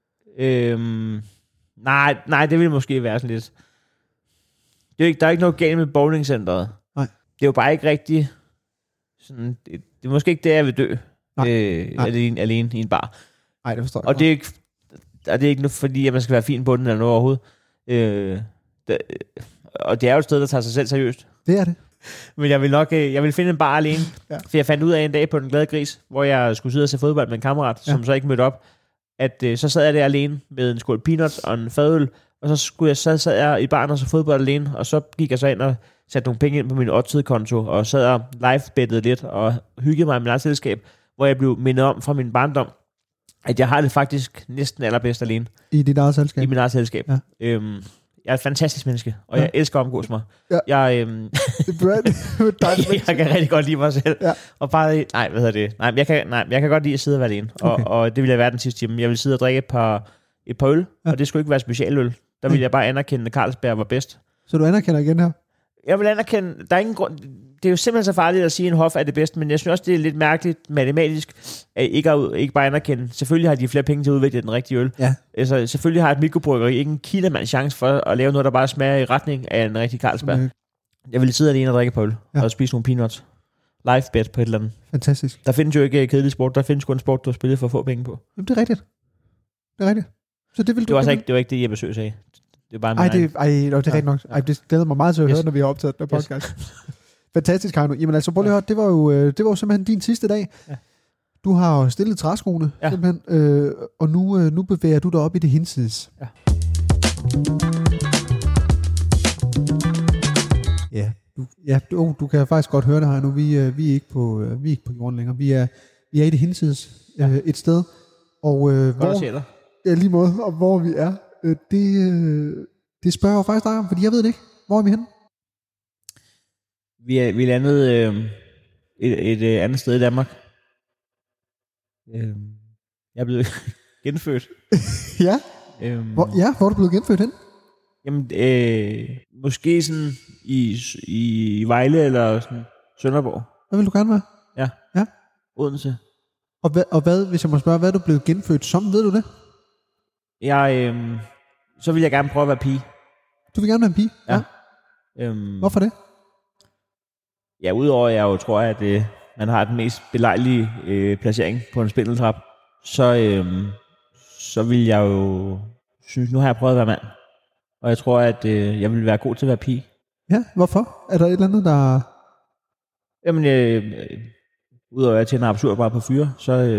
Nej, det ville måske være sådan lidt... Der er ikke noget galt med bowlingcenteret. Nej. Det er jo bare ikke rigtigt... Sådan, det er måske ikke det, jeg vil dø. Alene i en bar. Nej, det forstår jeg. Og det er og det er ikke noget, fordi at man skal være fin på den eller noget overhovedet. Og det er jo et sted, der tager sig selv seriøst. Det er det. Men jeg vil finde en bar alene, for jeg fandt ud af en dag på Den Glade Gris, hvor jeg skulle sidde og se fodbold med en kammerat, som så ikke mødte op, at så sad jeg der alene med en skål peanuts og en fadøl, og så sad jeg i baren og så fodbold alene, og så gik jeg så ind og satte nogle penge ind på min oddtid-konto, og sad og live-bettede lidt, og hyggede mig i mit eget selskab, hvor jeg blev mindet om fra min barndom, at jeg har det faktisk næsten allerbedst alene. I dit eget selskab? I mit eget selskab. Ja. Jeg er et fantastisk menneske, og jeg elsker at omgås mig. Ja. Jeg kan rigtig godt lide mig selv. Ja. Og bare, jeg kan godt lide at sidde og være alene. Okay. Og det vil jeg være den sidste time. Jeg vil sidde og drikke et par øl, og det skulle ikke være specialøl. Der vil jeg bare anerkende, at Carlsberg var bedst. Så du anerkender igen her? Jeg vil anerkende, der er ingen grund. Det er jo simpelthen så farligt at sige, at en hof er det bedste, men jeg synes også, det er lidt mærkeligt matematisk, at ikke bare anerkende. Selvfølgelig har de flere penge til at udvikle den rigtige øl. Ja. Altså, selvfølgelig har et mikrobryggeri ikke en kilomands chance for at lave noget, der bare smager i retning af en rigtig Carlsberg. Okay. Jeg vil sidde alene og drikke på øl, og spise nogle peanuts. Live bet på et eller andet. Fantastisk. Der findes jo ikke kedelig sport, der findes kun en sport, du har spillet for at få penge på. Jamen, det er rigtigt. Så det vil du... Det var ikke det, Jeppe Søe sagde. Det er bare det er rigtigt nok. Det glæder mig meget til at høre, når vi har optaget den podcast. Fantastisk, Heino. Jamen altså, prøv lige at høre, det var jo simpelthen din sidste dag. Ja. Du har jo stillet træskoene, simpelthen, og nu bevæger du dig op i det hinsides. Ja. Du kan faktisk godt høre det her nu. Vi er ikke på jorden længere. Vi er i det hinsides et sted. Og hvor... Ja, lige måde, og hvor vi er. Det spørger jeg faktisk dig om, fordi jeg ved det ikke. Hvor er vi henne? Vi landede et andet sted i Danmark. Jeg er blevet genfødt. Ja? Hvor er du blevet genfødt hen? Jamen, måske sådan i Vejle eller sådan Sønderborg. Hvad vil du gerne være? Ja. Odense. Og hvad, hvis jeg må spørge, hvad er du blevet genfødt som? Ved du det? Så vil jeg gerne prøve at være pige. Du vil gerne være en pige? Ja. Hvorfor det? Ja, udover jeg jo tror, at man har den mest belejlige placering på en spindeltrap, så vil jeg jo synes, nu har jeg prøvet at være mand. Og jeg tror, at jeg vil være god til at være pige. Ja, hvorfor? Er der et eller andet, der... Jamen, udover at jeg tænder absurd bare på fyre,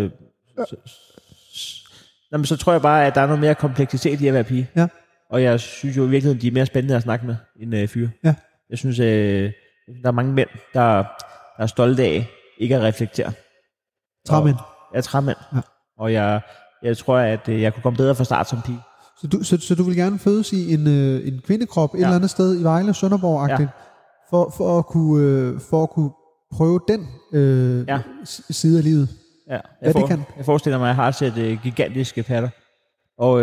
så tror jeg bare, at der er noget mere kompleksitet i at være pige. Ja. Og jeg synes jo i virkeligheden, de er mere spændende at snakke med end fyre. Ja. Jeg synes, der er mange mænd, der er stolte af ikke at reflektere. Træmænd. Ja, træmænd. Ja. Og jeg tror, at jeg kunne komme bedre fra start som pige. Så du vil gerne fødes i en kvindekrop et eller andet sted i Vejle, Sønderborg-agtigt, for at kunne prøve den side af livet? Ja, jeg forestiller mig, at jeg har set gigantiske patter. Og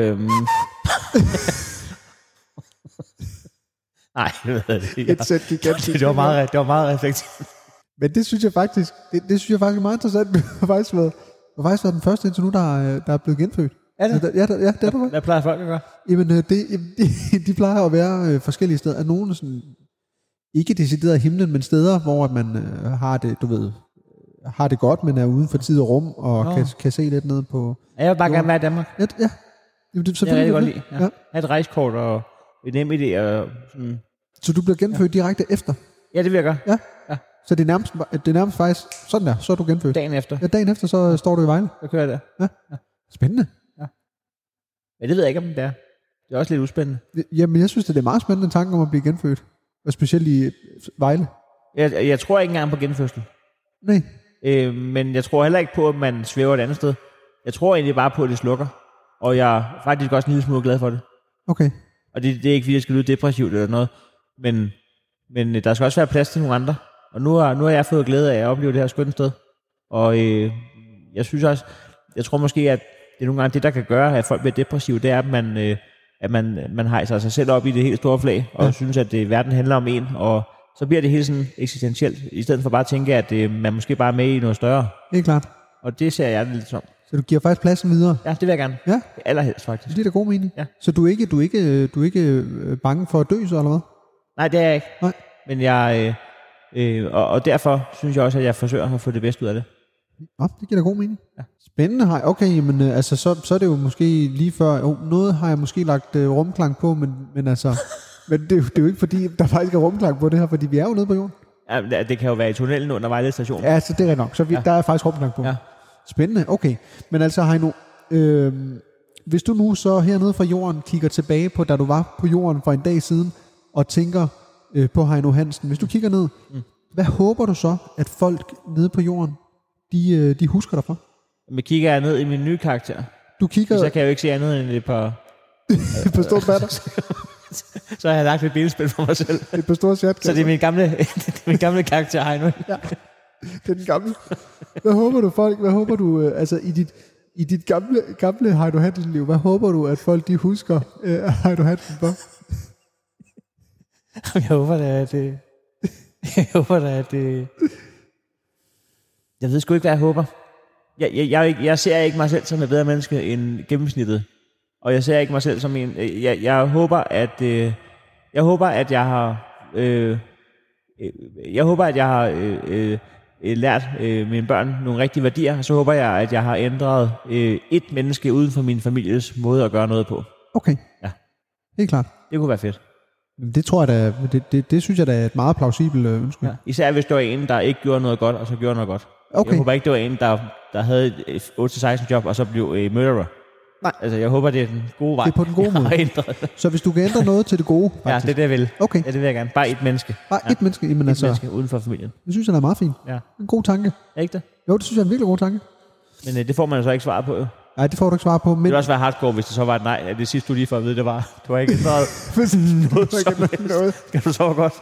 nej, det ved jeg ikke. Et sæt gigantiske. Det var meget reflektivt. Men det synes jeg faktisk, er meget interessant. Det har faktisk været den første indtil nu, der er blevet genfødt. Er det? Ja, det er du. Hvad plejer folk at gøre? Jamen, de plejer at være forskellige steder. Nogle sådan, ikke decideret af himlen, men steder, hvor man har det, du ved, har det godt, men er uden for tid og rum, og kan se lidt ned på... Jeg vil bare gerne være i Danmark. Ja. Jamen, det er rigtig godt lide. Ja. Have et rejskort og et nem idé. Og sådan. Så du bliver genfødt direkte efter? Ja, det vil jeg gøre. Ja. Så det er nærmest faktisk sådan der, så er du genfødt? Dagen efter. Ja, dagen efter, så står du i Vejle. Så kører jeg der. Ja. Spændende. Ja, det ved jeg ikke, om det er. Det er også lidt uspændende. Jamen, jeg synes, det er meget spændende tanke om at blive genfødt. Og specielt i Vejle. Jeg tror ikke engang på genfødsel. Nej. Men jeg tror heller ikke på, at man svæver et andet sted. Jeg tror egentlig bare på, at det slukker. Og jeg er faktisk også en lille smule glad for det. Okay. Og det er ikke, fordi jeg skal lyde depressivt eller noget. Men der skal også være plads til nogle andre. Og nu har jeg fået glæde af at opleve det her skønne sted. Og jeg synes også, jeg tror måske, at det er nogle gange det, der kan gøre, at folk bliver depressive, det er, at man hejser sig selv op i det helt store flag, og synes, at verden handler om en, og så bliver det helt sådan eksistentielt, i stedet for bare at tænke, at man måske bare er med i noget større. Det er klart. Og det ser jeg lidt som. Så du giver faktisk pladsen videre? Ja, det vil jeg gerne. Ja? Allerhelst faktisk. Det er da god mening. Ja. Så du er ikke bange for at dø, så eller hvad? Nej, det er jeg ikke. Nej. Men jeg, og derfor synes jeg også, at jeg forsøger at få det bedste ud af det. Nå, det giver da god mening. Ja. Spændende har jeg. Okay, men altså, så er det jo måske lige før... noget har jeg måske lagt rumklang på, men altså... men det er jo ikke fordi, der faktisk er rumklang på det her, fordi vi er jo nede på jorden. Ja, det kan jo være i tunnelen under Vejle station. Ja, så det er nok. Så der er faktisk rumklang på. Ja. Spændende, okay. Men altså, Heino, hvis du nu så hernede fra jorden kigger tilbage på, da du var på jorden for en dag siden, og tænker på Heino Hansen. Hvis du kigger ned, hvad håber du så, at folk nede på jorden, de husker dig for? Men kigger jeg ned i min nye karakter, du kigger... så kan jeg jo ikke se andet end et par... på stort batter. Så har jeg lagt et bilspil for mig selv. Et par store chatkasser. Så det er min gamle karakter, Heino. Ja, det er den gamle. Hvad håber du folk, altså i dit gamle Heino Hansen-liv, hvad håber du, at folk de husker Heino Hansen for? Jeg håber da, at det... Jeg ved sgu ikke, hvad jeg håber. Jeg ser ikke mig selv som et bedre menneske end gennemsnittet. Og jeg ser ikke mig selv som en... Jeg håber, at jeg har lært mine børn nogle rigtige værdier. Og så håber jeg, at jeg har ændret et menneske uden for min families måde at gøre noget på. Okay. Ja. Helt klart. Det kunne være fedt. Det tror jeg da, det synes jeg da er et meget plausibelt ønske. Ja. Især hvis det var en, der ikke gjorde noget godt, og så gjorde noget godt. Okay. Jeg håber ikke, det var en, der havde et 8-16 job, og så blev murderer. Nej. Altså, jeg håber, det er den gode vej. Det er på den gode måde. Så hvis du kan ændre noget til det gode, faktisk. Ja, det er det, jeg vil. Okay. Ja, det vil jeg gerne. Bare et menneske. Bare et menneske? Jamen, et menneske uden for familien. Det synes jeg er meget fint. Ja. En god tanke. Er ikke det? Jo, det synes jeg er en virkelig god tanke. Men det får man jo så ikke svar på, jo. Nej, det får du ikke svar på. Men... Det ville også være hardcore, hvis det så var et nej. Det sidste, du lige får at vide, det var ikke ændret noget. Kan du sove godt?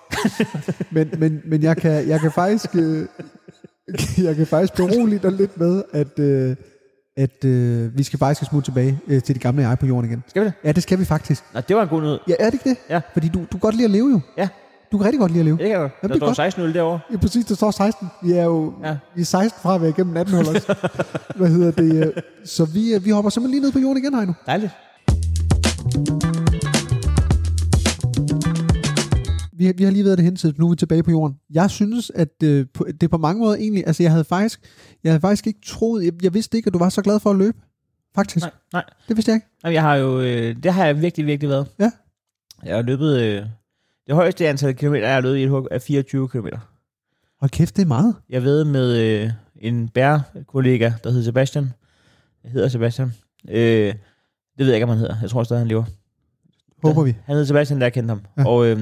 men jeg kan faktisk... jeg kan faktisk berolige dig lidt med, at vi skal faktisk smutte tilbage til det gamle jeg på jorden igen. Skal vi det? Ja, det skal vi faktisk. Nå, det var en god nyhed. Ja, er det ikke det? Ja. Fordi du kan godt lide at leve jo. Ja. Du kan rigtig godt lide at leve. Det kan jeg godt. Der står 16-0 derovre. Ja, præcis, der står 16. Vi er jo vi er 16 fra at være igennem 18 huller. Hvad hedder det? Så vi hopper simpelthen lige ned på jorden igen, Heino. Dejligt. Vi har lige været det hen til, nu er vi tilbage på jorden. Jeg synes, at det på mange måder egentlig, altså jeg havde faktisk ikke troet, jeg vidste ikke, at du var så glad for at løbe. Faktisk. Nej. Det vidste jeg ikke. Jamen, jeg har jo, det har jeg virkelig, virkelig været. Ja. Jeg har løbet, det højeste antal kilometer, jeg har løbet i et hug, er 24 kilometer. Hold kæft, det er meget. Jeg ved med en bærekollega, der hedder Sebastian. Jeg hedder Sebastian. Det ved jeg ikke, om han hedder. Jeg tror stadig, han lever. Håber vi. Han hedder Sebastian, der jeg kendte ham. Ja. Og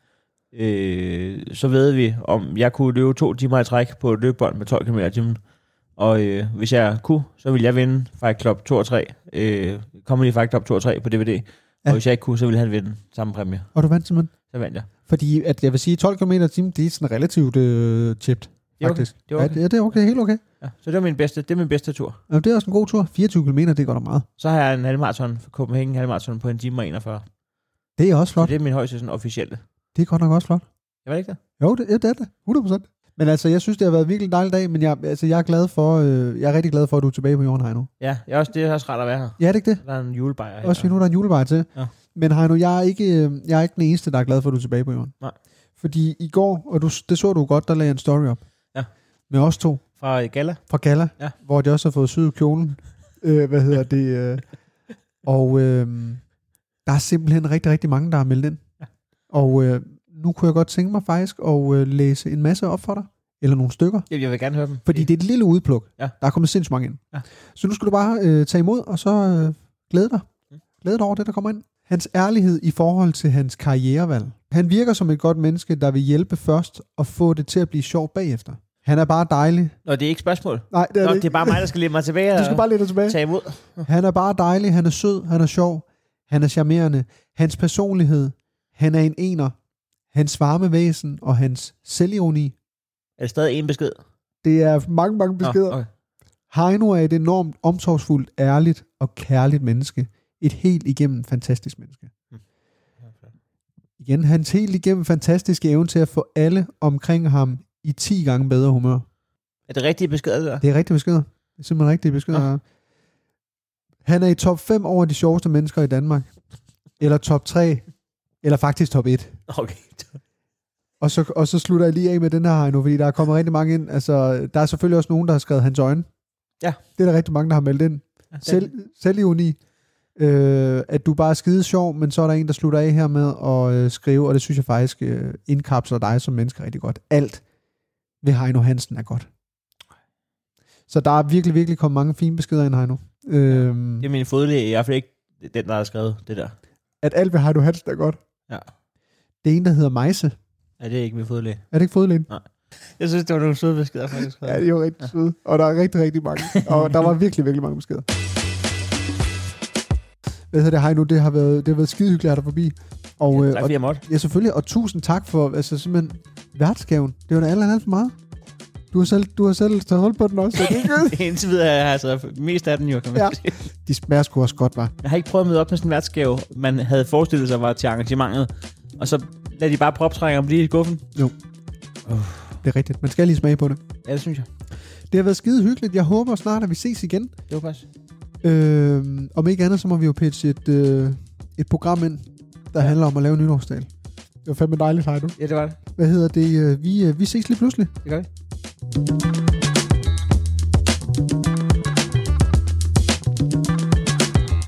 så ved vi, om jeg kunne løbe 2 timer i træk på et løbebånd med 12 km i timen. Og hvis jeg kunne, så ville jeg vinde Fight Club 2 og 3. Comedy Fight Club 2 og 3 på DVD. Ja. Og hvis jeg ikke kunne, så ville han vinde samme præmie. Og du vandt simpelthen? Så vandt jeg. Fordi at jeg vil sige, 12 km i timen, det er sådan relativt chipped. Faktisk. Det er okay. Ja, det er okay. Helt okay. Ja, så det er min bedste tur. Ja, det er også en god tur. 24 km, det går da meget. Så har jeg en halvmarathon for Copenhagen halvmarathon på 1 time og 41. Det er også flot. Så det er min højeste sådan officielle. Det er godt nok også flot. Jeg var ikke det? Jo, det er det. 100%. Men altså, jeg synes, det har været en virkelig dejlig dag, men jeg er glad for, jeg er rigtig glad for, at du er tilbage på jorden, Heino. Ja, det er også rart at være her. Ja, er det ikke det? Der er en julebajer her. Også fordi nu er der en julebajer til. Ja. Men Heino, jeg er ikke den eneste, der er glad for, at du er tilbage på jorden. Nej. Fordi i går, og det så du godt, der lagde en story op. Ja. Med os to. Fra Galla. Fra Galla, ja. Hvor de også har fået syet kjolen. Og der er simpelthen rigtig, rigtig mange, der har meldt ind. Ja. Og nu kunne jeg godt tænke mig faktisk at læse en masse op for dig. Eller nogle stykker. Jeg vil gerne høre dem. Fordi det er et lille udpluk. Ja. Der er kommet sindssygt mange ind. Ja. Så nu skal du bare tage imod, og så glæde dig. Glæde dig over det, der kommer ind. Hans ærlighed i forhold til hans karrierevalg. Han virker som et godt menneske, der vil hjælpe først og få det til at blive sjovt bagefter. Han er bare dejlig. Nå, det er ikke spørgsmål. Nej, det er det ikke. Det er bare mig, der skal lede mig tilbage. Du skal bare lede dig tilbage. Tage imod. Han er bare dejlig, han er sød, han er sjov, han er charmerende. Hans personlighed, han er en ener. Hans varme væsen og hans selvironi. Er det stadig en besked? Det er mange, mange beskeder. Okay. Heino er et enormt omsorgsfuldt, ærligt og kærligt menneske. Et helt igennem fantastisk menneske. Igen, hans helt igennem fantastiske evne til at få alle omkring ham i 10 gange bedre humør. Er det rigtige beskeder, det der? Det er rigtige beskeder. Det er simpelthen rigtige beskeder. Ja. Han er i top 5 over de sjoveste mennesker i Danmark. Eller top 3. Eller faktisk top 1. Okay. Og så slutter jeg lige af med den her, Heino, fordi der er kommet rigtig mange ind. Altså, der er selvfølgelig også nogen, der har skrevet hans øjne. Ja. Det er der rigtig mange, der har meldt ind. Ja, selvironi. At du bare er skide sjov, men så er der en, der slutter af her med at skrive, og det synes jeg faktisk indkapsler dig som menneske rigtig godt. Alt ved Heino Hansen er godt. Så der er virkelig, virkelig kommet mange fine beskeder ind, Heino. Det er min fodlæge, i hvert fald ikke den, der har skrevet det der. At alt ved Heino Hansen er godt. Ja. Det er en, der hedder Meise. Ja, det er ikke min fodlæge. Er det ikke fodlægen? Nej. Jeg synes, det var nogle søde beskeder, faktisk. Ja, det er jo rigtig søde. Og der er rigtig, rigtig mange. Og der var virkelig, virkelig mange beskeder. Hvad hedder det, Heino? Det har været skide hyggeligt at have dig forbi. Og, tak fordi jeg måtte. Ja, selvfølgelig. Og tusind tak for simpelthen værtsgaven. Det var da alt for meget. Du har selv taget hold på den også. Så det er godt. Indtil videre har jeg altså mest af den jo, kan man sige. De smager sgu også godt, var. Jeg har ikke prøvet at møde op med sådan en værtsgave, man havde forestillet sig var til arrangementet. Og så lader de bare proptrækker om lige i skuffen. Jo. Det er rigtigt. Man skal lige smage på det. Ja, det synes jeg. Det har været skide hyggeligt. Jeg håber snart, at vi ses igen. Det var faktisk. Om ikke andet, så må vi jo pitche et program ind, der handler om at lave nytårstal. Det var fandme dejligt, Heino. Ja, det var det. Hvad hedder det? Vi ses lige pludselig. Det gør vi.